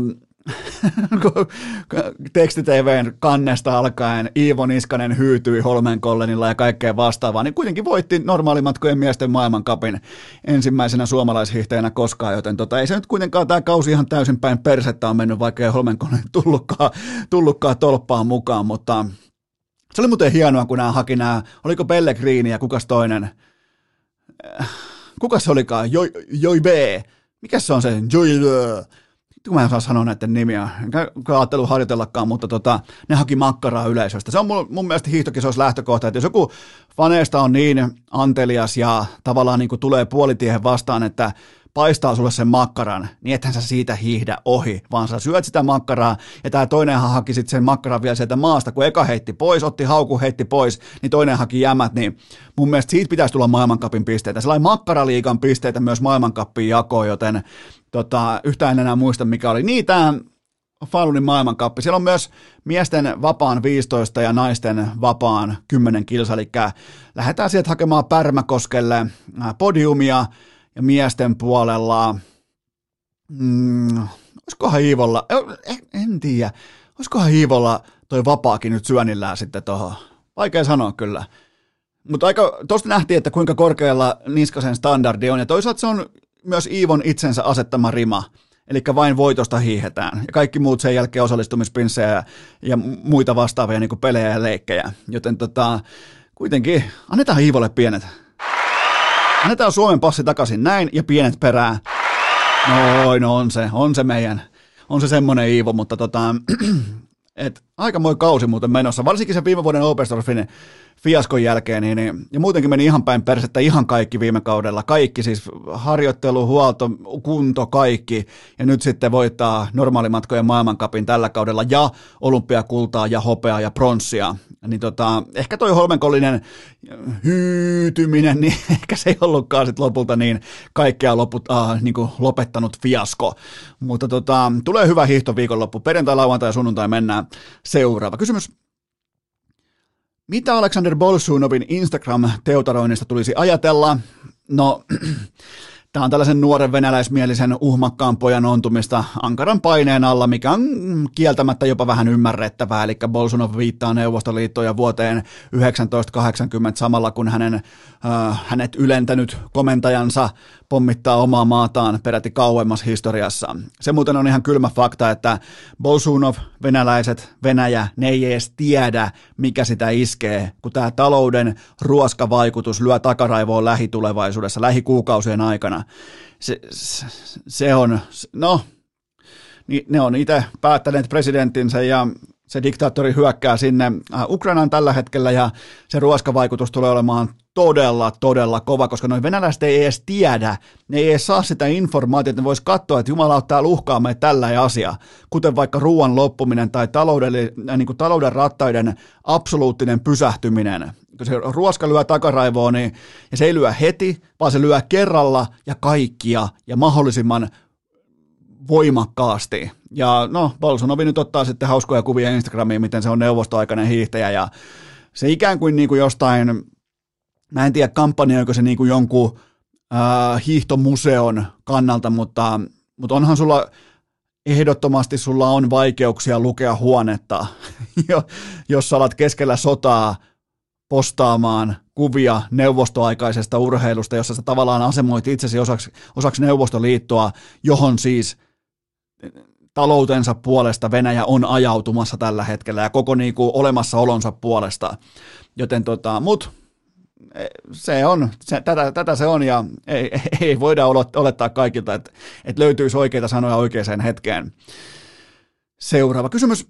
teksti-T V:n kannesta alkaen Iivo Niskanen hyytyi Holmenkollenilla ja kaikkea vastaavaa, niin kuitenkin voitti normaalimatkojen miesten maailmancupin ensimmäisenä suomalaishiihtäjänä koskaan, joten tota, ei se nyt kuitenkaan tämä kausi ihan täysin päin persettä on mennyt, vaikka ei Holmenkollen tullutkaan, tullutkaan tolppaan mukaan, mutta se oli muuten hienoa, kun nämä haki nämä, oliko Pellegrini ja kukas toinen, kukas se olikaan, Joi, Joi B, mikäs se on se, Joi kun mä en saa sanoa näiden nimiä, enkä ajattelua harjoitellakaan, mutta tota, ne haki makkaraa yleisöstä. Se on mun, mun mielestä hiihtokisoissa lähtökohta, että jos joku faneista on niin antelias ja tavallaan niin kuin tulee puolitiehen vastaan, että paistaa sulle sen makkaran, niin ethän sä siitä hiihdä ohi, vaan sä syöt sitä makkaraa, ja tää toinenhan haki sitten sen makkaran vielä sieltä maasta, kun eka heitti pois, otti hauku, heitti pois, niin toinen haki jämät, niin mun mielestä siitä pitäisi tulla maailmancupin pisteitä. Sellainen makkaraliigan pisteitä myös maailmancupin jakoon, joten tota, yhtään en enää muista, mikä oli. Niin, tää Falunin maailmancuppi. Siellä on myös miesten vapaan viisitoista ja naisten vapaan kymmenen kilsa, eli lähdetään sieltä hakemaan Pärmäkoskelle podiumia, ja miesten puolella, mm, olisikohan Iivolla, en tiedä, olisikohan Iivolla toi vapaakin nyt syönnillään sitten tuohon. Vaikea sanoa kyllä. Mutta aika, tosta nähtiin, että kuinka korkealla Niskasen standardi on, ja toisaalta se on myös Iivon itsensä asettama rima. Eli vain voitosta hiihetään, ja kaikki muut sen jälkeen osallistumispinssejä ja, ja muita vastaavia niin kuin pelejä ja leikkejä. Joten tota, kuitenkin annetaan Iivolle pienet. Annetaan Suomen passi takaisin näin ja pienet perään. Noin, no on se, on se meidän, on se semmoinen Iivo, mutta tota, et aikamoinen kausi muuten menossa, varsinkin sen viime vuoden Oberstdorfin fiaskon jälkeen, niin, niin, ja muutenkin meni ihan päin persettä ihan kaikki viime kaudella, kaikki siis harjoittelu, huolto, kunto, kaikki, ja nyt sitten voittaa normaalimatkojen maailmancupin tällä kaudella, ja olympiakultaa, ja hopeaa, ja pronssia, niin tota, ehkä toi Holmenkollinen hyytyminen, niin ehkä se ei ollutkaan sitten lopulta niin kaikkea loput, äh, niin kuin lopettanut fiasko, mutta tota, tulee hyvä hiihto viikonloppu, perjantai, lauantai ja sunnuntai mennään. Seuraava kysymys. Mitä Alexander Bolshunovin Instagram-teutaroinnista tulisi ajatella? No, tämä on tällaisen nuoren venäläismielisen uhmakkaan pojan ontumista ankaran paineen alla, mikä on kieltämättä jopa vähän ymmärrettävää. Eli Bolshunov viittaa Neuvostoliittoon ja vuoteen tuhatyhdeksänsataakahdeksankymmentä samalla, kun hänen, äh, hänet ylentänyt komentajansa pommittaa omaa maataan peräti kauemmas historiassa. Se muuten on ihan kylmä fakta, että Bolshunov, venäläiset, Venäjä, ne ei edes tiedä, mikä sitä iskee, kun tämä talouden ruoskavaikutus lyö takaraivoon lähitulevaisuudessa, lähikuukausien aikana. Se, se, se on, no, ne on itse päättäneet presidenttinsä ja se diktaattori hyökkää sinne Ukrainaan tällä hetkellä ja se ruoskavaikutus tulee olemaan todella, todella kova, koska noin venäläiset ei edes tiedä, ne ei edes saa sitä informaatiota, että ne vois katsoa, että Jumala ottaa uhkaa meitä tällä asia, kuten vaikka ruoan loppuminen tai talouden, niin kuin talouden rattaiden absoluuttinen pysähtyminen. Kun se ruoska lyö takaraivoon, niin ja se ei lyö heti, vaan se lyö kerralla ja kaikkia ja mahdollisimman voimakkaasti. Ja no, Bolsonovi nyt ottaa sitten hauskoja kuvia Instagramiin, miten se on neuvostoaikainen hiihtäjä ja se ikään kuin, niin kuin jostain, mä en tiedä kampanjoiko se niin kuin jonkun äh, hiihtomuseon kannalta, mutta, mutta onhan sulla ehdottomasti sulla on vaikeuksia lukea huonetta, jos sä alat keskellä sotaa postaamaan kuvia neuvostoaikaisesta urheilusta, jossa sä tavallaan asemoit itsesi osaksi, osaksi Neuvostoliittoa, johon siis taloutensa puolesta Venäjä on ajautumassa tällä hetkellä ja koko niin kuin olemassaolonsa puolesta. Joten tota, mut se on, se, tätä, tätä se on ja ei, ei voida olettaa kaikilta, että, että löytyisi oikeita sanoja oikeaan hetkeen. Seuraava kysymys.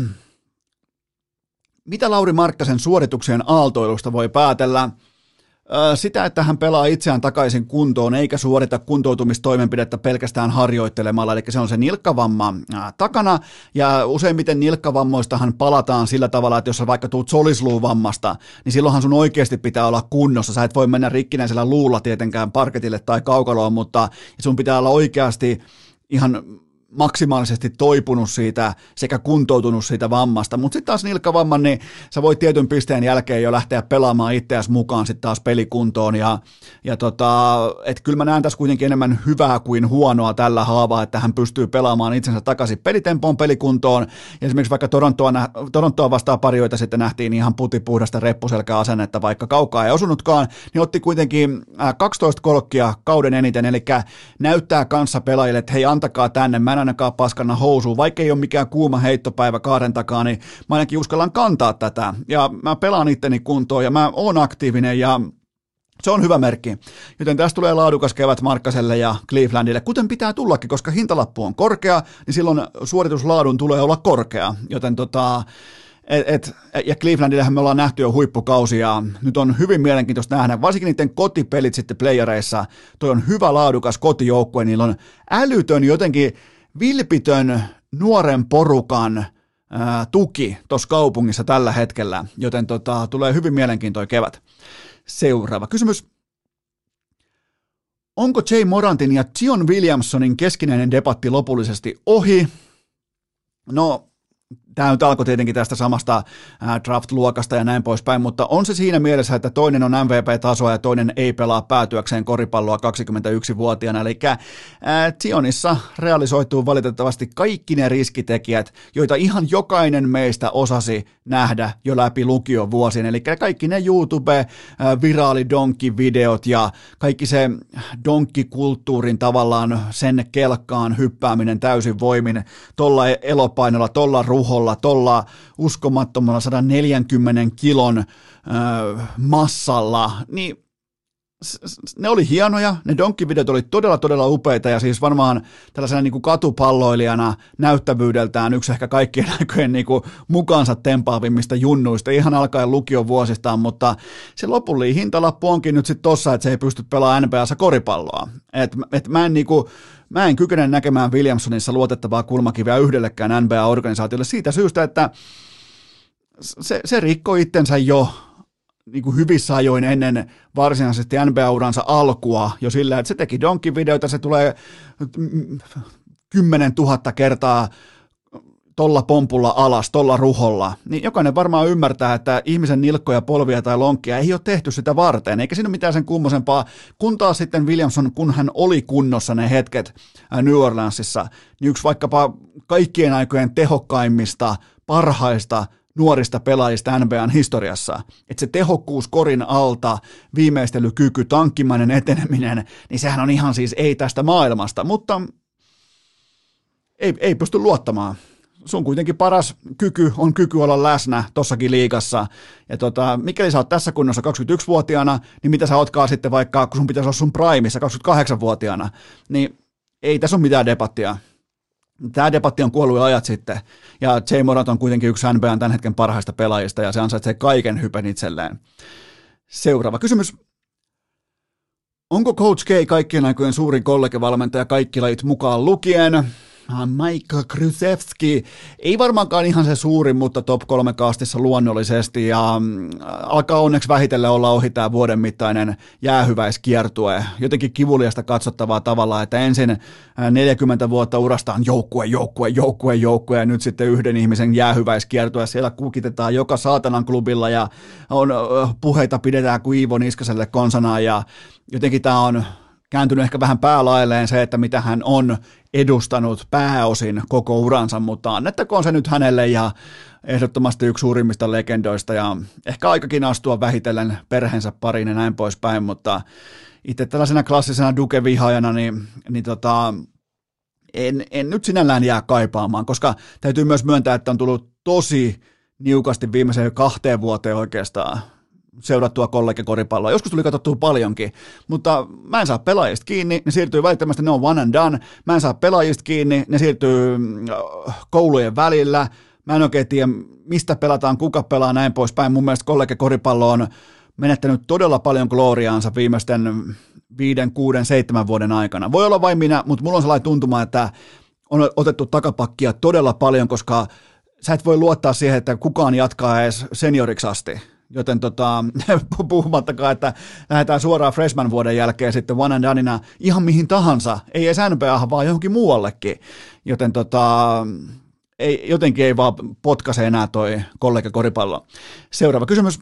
Mitä Lauri Markkasen suorituksien aaltoilusta voi päätellä? Sitä, että hän pelaa itseään takaisin kuntoon eikä suorita kuntoutumistoimenpidettä pelkästään harjoittelemalla, eli se on se nilkkavamma takana, ja useimmiten nilkkavammoistahan palataan sillä tavalla, että jos sä vaikka tuut solisluuvammasta, niin silloinhan sun oikeasti pitää olla kunnossa, sä et voi mennä rikkinäisellä luulla tietenkään parketille tai kaukaloon, mutta sun pitää olla oikeasti ihan maksimaalisesti toipunut siitä sekä kuntoutunut siitä vammasta, mutta sitten taas nilkkavamman, niin sä voit tietyn pisteen jälkeen jo lähteä pelaamaan itseäsi mukaan sitten taas pelikuntoon ja, ja tota, että kyllä mä näen tässä kuitenkin enemmän hyvää kuin huonoa tällä haavaa, että hän pystyy pelaamaan itsensä takaisin pelitempoon, pelikuntoon ja esimerkiksi vaikka Torontoa, Torontoa vastaan pari joita sitten nähtiin ihan putipuhdasta reppuselkäasennetta, vaikka kaukaa ei osunutkaan, niin otti kuitenkin kaksitoista kolkkia kauden eniten, eli näyttää kanssa pelaajille, että hei antakaa tänne, mä en ainakaan paskana housuun, vaikka ei ole mikään kuuma heittopäivä kaaren takaa, niin mä ainakin uskallan kantaa tätä, ja mä pelaan itteni kuntoon, ja mä oon aktiivinen, ja se on hyvä merkki. Joten tästä tulee laadukas kevät Markkaselle ja Clevelandille, kuten pitää tullakin, koska hintalappu on korkea, niin silloin suorituslaadun tulee olla korkea, joten tota, et, et, ja Clevelandillehän me ollaan nähty jo huippukausia, nyt on hyvin mielenkiintoista nähdä, varsinkin niiden kotipelit sitten playereissa, toi on hyvä laadukas kotijoukkue, niillä on älytön jotenkin vilpitön nuoren porukan ää, tuki tuossa kaupungissa tällä hetkellä, joten tota, tulee hyvin mielenkiintoinen kevät. Seuraava kysymys. Onko Jay Morantin ja Zion Williamsonin keskinäinen debatti lopullisesti ohi? No, tämä nyt alkoi tietenkin tästä samasta draft-luokasta ja näin poispäin, mutta on se siinä mielessä, että toinen on M V P-tasoa ja toinen ei pelaa päätyäkseen koripalloa kaksikymmentäyksivuotiaana, eli Zionissa realisoituu valitettavasti kaikki ne riskitekijät, joita ihan jokainen meistä osasi nähdä jo läpi lukiovuosien, eli kaikki ne YouTube-viraali-donkki-videot ja kaikki se donkkikulttuurin tavallaan sen kelkkaan hyppääminen täysin voimin, tolla elopainolla, tolla ruholla, tuolla uskomattomalla sata neljäkymmentä kilon ö, massalla, niin ne oli hienoja, ne donkkivideot oli todella, todella upeita ja siis varmaan tällaisena niin kuin katupalloilijana näyttävyydeltään yksi ehkä kaikkien aikojen niin kuin mukaansa tempaavimmista junnuista, ihan alkaen lukion vuosistaan, mutta se lopullinen hintalappu onkin nyt sitten tossa, että se ei pysty pelaamaan N B A:ssa koripalloa. Et, et mä, en, niin kuin, mä en kykene näkemään Williamsonissa luotettavaa kulmakiveä yhdellekään N B A-organisaatiolle siitä syystä, että se, se rikkoi itsensä jo niin kuin hyvissä ajoin ennen varsinaisesti N B A-uransa alkua jo sillä, että se teki donkkivideoita, se tulee kymmenen tuhatta kertaa tolla pompulla alas, tolla ruholla, niin jokainen varmaan ymmärtää, että ihmisen nilkkoja, polvia tai lonkkia ei ole tehty sitä varten, eikä siinä ole mitään sen kummosempaa, kun taas sitten Williamson, kun hän oli kunnossa ne hetket New Orleansissa, niin yksi vaikkapa kaikkien aikojen tehokkaimmista, parhaista nuorista pelaajista N B A:n historiassa, että se tehokkuus korin alta, viimeistelykyky, tankkimainen eteneminen, niin sehän on ihan siis ei tästä maailmasta, mutta ei, ei pysty luottamaan. Sun kuitenkin paras kyky on kyky olla läsnä tossakin liigassa, ja tota, mikäli sä oot tässä kunnossa kaksikymmentäyksivuotiaana, niin mitä sä ootkaan sitten vaikka, kun sun pitäisi olla sun primissa kaksikymmentäkahdeksanvuotiaana, niin ei tässä ole mitään debattia. Tämä debatti on kuollut jo ajat sitten, ja Jay Morant on kuitenkin yksi N B A:n tämän hetken parhaista pelaajista, ja se ansaitsee kaiken hypen itselleen. Seuraava kysymys. Onko Coach K kaikkien aikojen suurin kollegevalmentaja kaikki lajit mukaan lukien? Mike Krzyzewski, ei varmaankaan ihan se suurin, mutta top kolme kaastissa luonnollisesti, ja alkaa onneksi vähitellen olla ohi tämä vuoden mittainen jäähyväiskiertue, jotenkin kivuliasta katsottavaa tavalla, että ensin neljäkymmentä vuotta urastaan joukkue, joukkue, joukkue, joukkue, ja nyt sitten yhden ihmisen jäähyväiskiertue, siellä kukitetaan joka saatanan klubilla, ja on, puheita pidetään kuin Iivo Niskaselle konsanaan, ja jotenkin tämä on kääntynyt ehkä vähän päälailleen se, että mitä hän on edustanut pääosin koko uransa, mutta annettakoon se nyt hänelle ja ehdottomasti yksi suurimmista legendoista ja ehkä aikakin astua vähitellen perheensä pariin ja näin poispäin, mutta itse tällaisena klassisena Duke-vihaajana niin, niin tota, en, en nyt sinällään jää kaipaamaan, koska täytyy myös myöntää, että on tullut tosi niukasti viimeiseen kahteen vuoteen oikeastaan seurattua kollegekoripalloa. Joskus tuli katsottua paljonkin, mutta mä en saa pelaajista kiinni, ne siirtyy välittömästi, ne on one and done. Mä en saa pelaajista kiinni, ne siirtyy koulujen välillä. Mä en oikein tiedä, mistä pelataan, kuka pelaa, näin poispäin. Mun mielestä kollegekoripallo on menettänyt todella paljon gloriaansa viimeisten viiden, kuuden, seitsemän vuoden aikana. Voi olla vain minä, mutta mulla on sellainen tuntuma, että on otettu takapakkia todella paljon, koska sä et voi luottaa siihen, että kukaan jatkaa edes senioriksi asti. Joten tota, puhumattakaan, että lähdetään suoraan freshman vuoden jälkeen sitten one and doneina ihan mihin tahansa, ei edes N B A, vaan johonkin muuallekin. Joten tota, ei, jotenkin ei vaan potkaise enää toi kollegakoripallo. Seuraava kysymys.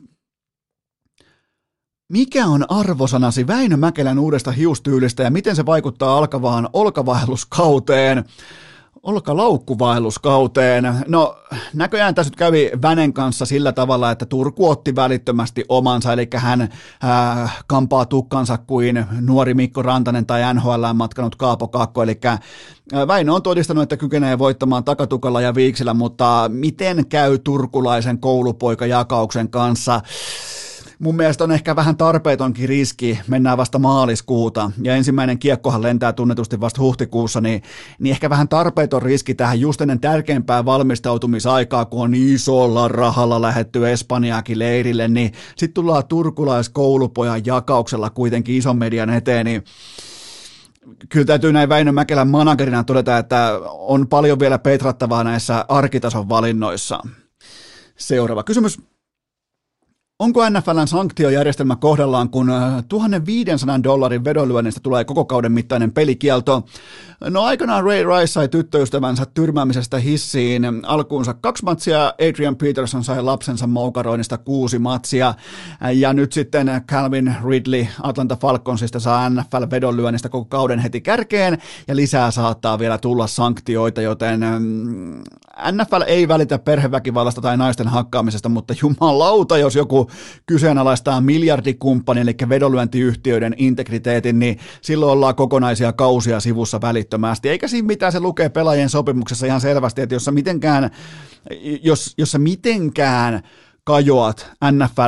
Mikä on arvosanasi Väinö Mäkelän uudesta hiustyylistä ja miten se vaikuttaa alkavaan olkavaelluskauteen? Olkalaukkuvaelluskauteen. No näköjään tässä nyt kävi Vänen kanssa sillä tavalla, että Turku otti välittömästi omansa, eli hän äh, kampaa tukkansa kuin nuori Mikko Rantanen tai N H L:ään matkanut Kaapo Kakko, eli äh, Väinö on todistanut, että kykenee voittamaan takatukalla ja viiksillä, mutta miten käy turkulaisen koulupoikajakauksen kanssa? Mun mielestä on ehkä vähän tarpeetonkin riski, mennään vasta maaliskuuta ja ensimmäinen kiekkohan lentää tunnetusti vasta huhtikuussa, niin, niin ehkä vähän tarpeeton riski tähän just ennen tärkeimpää valmistautumisaikaa, kun on isolla rahalla lähetty Espanjaakin leirille, niin sitten tullaan turkulaiskoulupojan jakauksella kuitenkin ison median eteen, niin kyllä täytyy näin Väinö Mäkelän managerina todeta, että on paljon vielä petrattavaa näissä arkitason valinnoissa. Seuraava kysymys. Onko N F L:n sanktiojärjestelmä kohdallaan, kun tuhatviisisataa dollarin vedonlyönnistä tulee koko kauden mittainen pelikielto? No aikanaan Ray Rice sai tyttöystävänsä tyrmäämisestä hissiin alkuunsa kaksi matsia, Adrian Peterson sai lapsensa moukaroinnista kuusi matsia, ja nyt sitten Calvin Ridley Atlanta Falconsista saa N F L-vedonlyönnistä koko kauden heti kärkeen, ja lisää saattaa vielä tulla sanktioita, joten N F L ei välitä perheväkivallasta tai naisten hakkaamisesta, mutta jumalauta, jos joku kyseenalaistaa miljardikumppanin, eli vedonlyöntiyhtiöiden integriteetin, niin silloin ollaan kokonaisia kausia sivussa välittömästi. Eikä siinä mitään, se lukee pelaajien sopimuksessa ihan selvästi, että jos sä mitenkään, jos, jos sä mitenkään kajoat N F L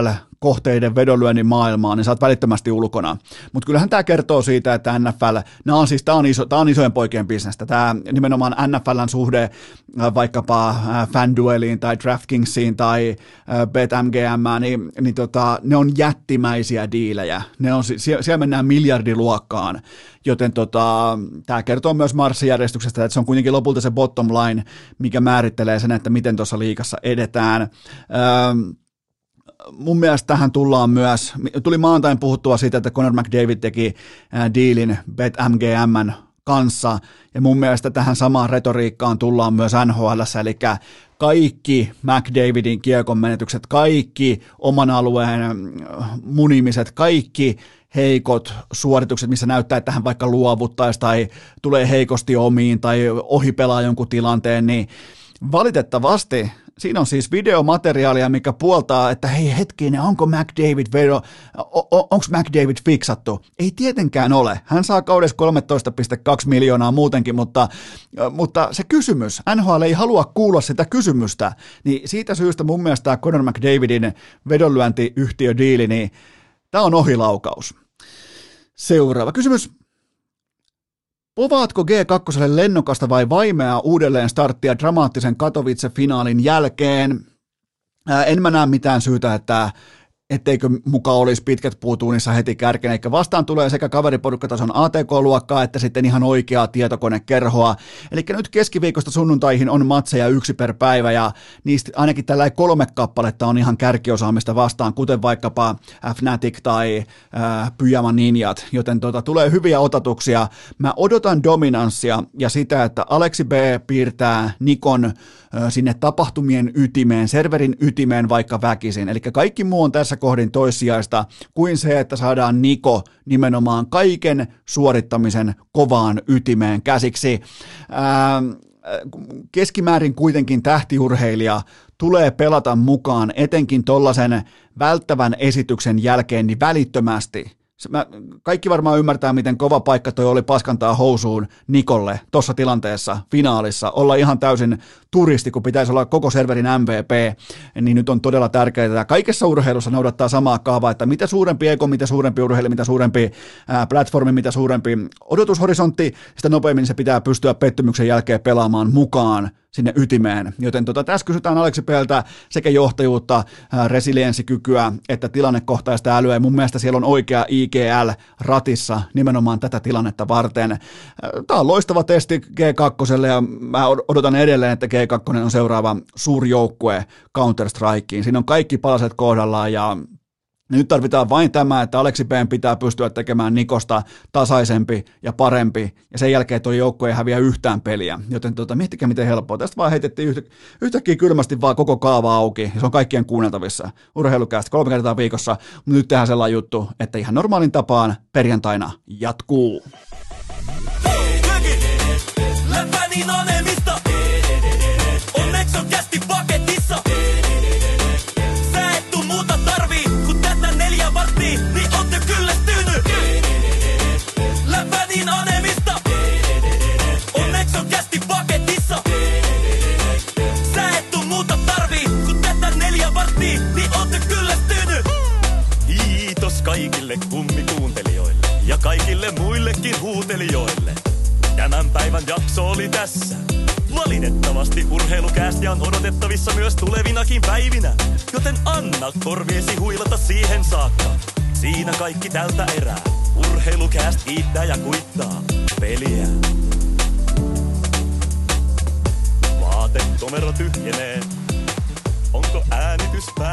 kohteiden vedonlyönnin maailmaan, niin sä oot välittömästi ulkona. Mutta kyllähän tämä kertoo siitä, että N F L, nämä on siis, tämä on, iso, on isojen poikien bisnestä. Tämä nimenomaan N F L:n suhde vaikkapa FanDueliin tai DraftKingsiin tai BetMGM, niin, niin tota, ne on jättimäisiä diilejä. Ne on, siellä mennään miljardiluokkaan, joten tota, tämä kertoo myös marssijärjestyksestä, että se on kuitenkin lopulta se bottom line, mikä määrittelee sen, että miten tuossa liigassa edetään. Öö, mun mielestä tähän tullaan myös, tuli maanantain puhuttua siitä, että Conor McDavid teki diilin BetMGM:n kanssa, ja mun mielestä tähän samaan retoriikkaan tullaan myös N H L:ssä, eli kaikki McDavidin kiekon menetykset, kaikki oman alueen munimiset, kaikki heikot suoritukset, missä näyttää, että hän vaikka luovuttaisi tai tulee heikosti omiin tai ohipelaa jonkun tilanteen, niin valitettavasti siinä on siis videomateriaalia, mikä puoltaa, että hei hetkinen, onko McDavid vedo, onko McDavid fiksattu? Ei tietenkään ole. Hän saa kaudessa kolmetoista pilkku kaksi miljoonaa muutenkin, mutta, mutta se kysymys, N H L ei halua kuulla sitä kysymystä, niin siitä syystä mun mielestä tämä Conor McDavidin vedonlyöntiyhtiödiili, niin tämä on ohilaukaus. Seuraava kysymys. Povaatko G kaksi lennokasta vai vaimeaa uudelleen starttia dramaattisen Katowice-finaalin jälkeen? Ää, en mä näe mitään syytä, että etteikö mukaan olisi pitkät puutuunissa heti kärkeen, eikä vastaan tulee sekä kaveriporukkatason A T K-luokkaa, että sitten ihan oikeaa tietokonekerhoa. Eli nyt keskiviikosta sunnuntaihin on matseja yksi per päivä, ja niistä ainakin tällä kolme kappaletta on ihan kärkiosaamista vastaan, kuten vaikkapa Fnatic tai äh, Pyjama Ninjat, joten tota, tulee hyviä otatuksia. Mä odotan dominanssia ja sitä, että Aleksi B piirtää Nikon äh, sinne tapahtumien ytimeen, serverin ytimeen vaikka väkisin, eli kaikki muu on tässä kohdin toissijaista kuin se, että saadaan Niko nimenomaan kaiken suorittamisen kovaan ytimeen käsiksi. Ää, keskimäärin kuitenkin tähtiurheilija tulee pelata mukaan etenkin tollaisen välttävän esityksen jälkeen niin välittömästi. Mä, kaikki varmaan ymmärtää, miten kova paikka toi oli paskantaa housuun Nikolle tuossa tilanteessa, finaalissa, olla ihan täysin turisti, kun pitäisi olla koko serverin M V P, niin nyt on todella tärkeää. Kaikessa urheilussa noudattaa samaa kaavaa, että mitä suurempi ego, mitä suurempi urheilu, mitä suurempi ää, platformi, mitä suurempi odotushorisontti, sitä nopeammin se pitää pystyä pettymyksen jälkeen pelaamaan mukaan sinne ytimeen. Joten tota, tässä kysytään Aleksi B:ltä sekä johtajuutta, ää, resilienssikykyä, että tilannekohtaista älyä. Ja mun mielestä siellä on oikea I G L ratissa nimenomaan tätä tilannetta varten. Tämä on loistava testi G kaksi, ja mä odotan edelleen, että G kaksi on seuraava suurjoukkue Counter-Strikeen. Siinä on kaikki palaset kohdallaan, ja nyt tarvitaan vain tämä, että Aleksi B:n pitää pystyä tekemään Nikosta tasaisempi ja parempi, ja sen jälkeen tuo joukko ei häviä yhtään peliä. Joten tota, miettikää miten helppoa. Tästä vaan heitettiin yhtä, yhtäkkiä kylmästi vaan koko kaava auki, ja se on kaikkien kuunneltavissa. Urheilukästä kolme kertaa viikossa, mutta nyt tehdään sellainen juttu, että ihan normaalin tapaan perjantaina jatkuu. Läpänin anemista, onneksi on kästi paketissa. Sä et tuu muuta tarvii, kun tätä neljä varttii, niin ootte kyllästynyt. Läpänin anemista, onneksi on kästi paketissa. Sä et tuu muuta tarvii, kun tätä neljä varttii, niin ootte kyllästynyt. Kiitos kaikille kummikuuntelijoille ja kaikille muillekin huutelijoille. Tämän päivän jakso oli tässä. Valitettavasti urheilukäästi on odotettavissa myös tulevinakin päivinä, joten anna korviesi huilata siihen saakka. Siinä kaikki tältä erää. Urheilukääst kiittää ja kuittaa peliä. Vaatekomero tyhjenee. Onko äänitys päällä?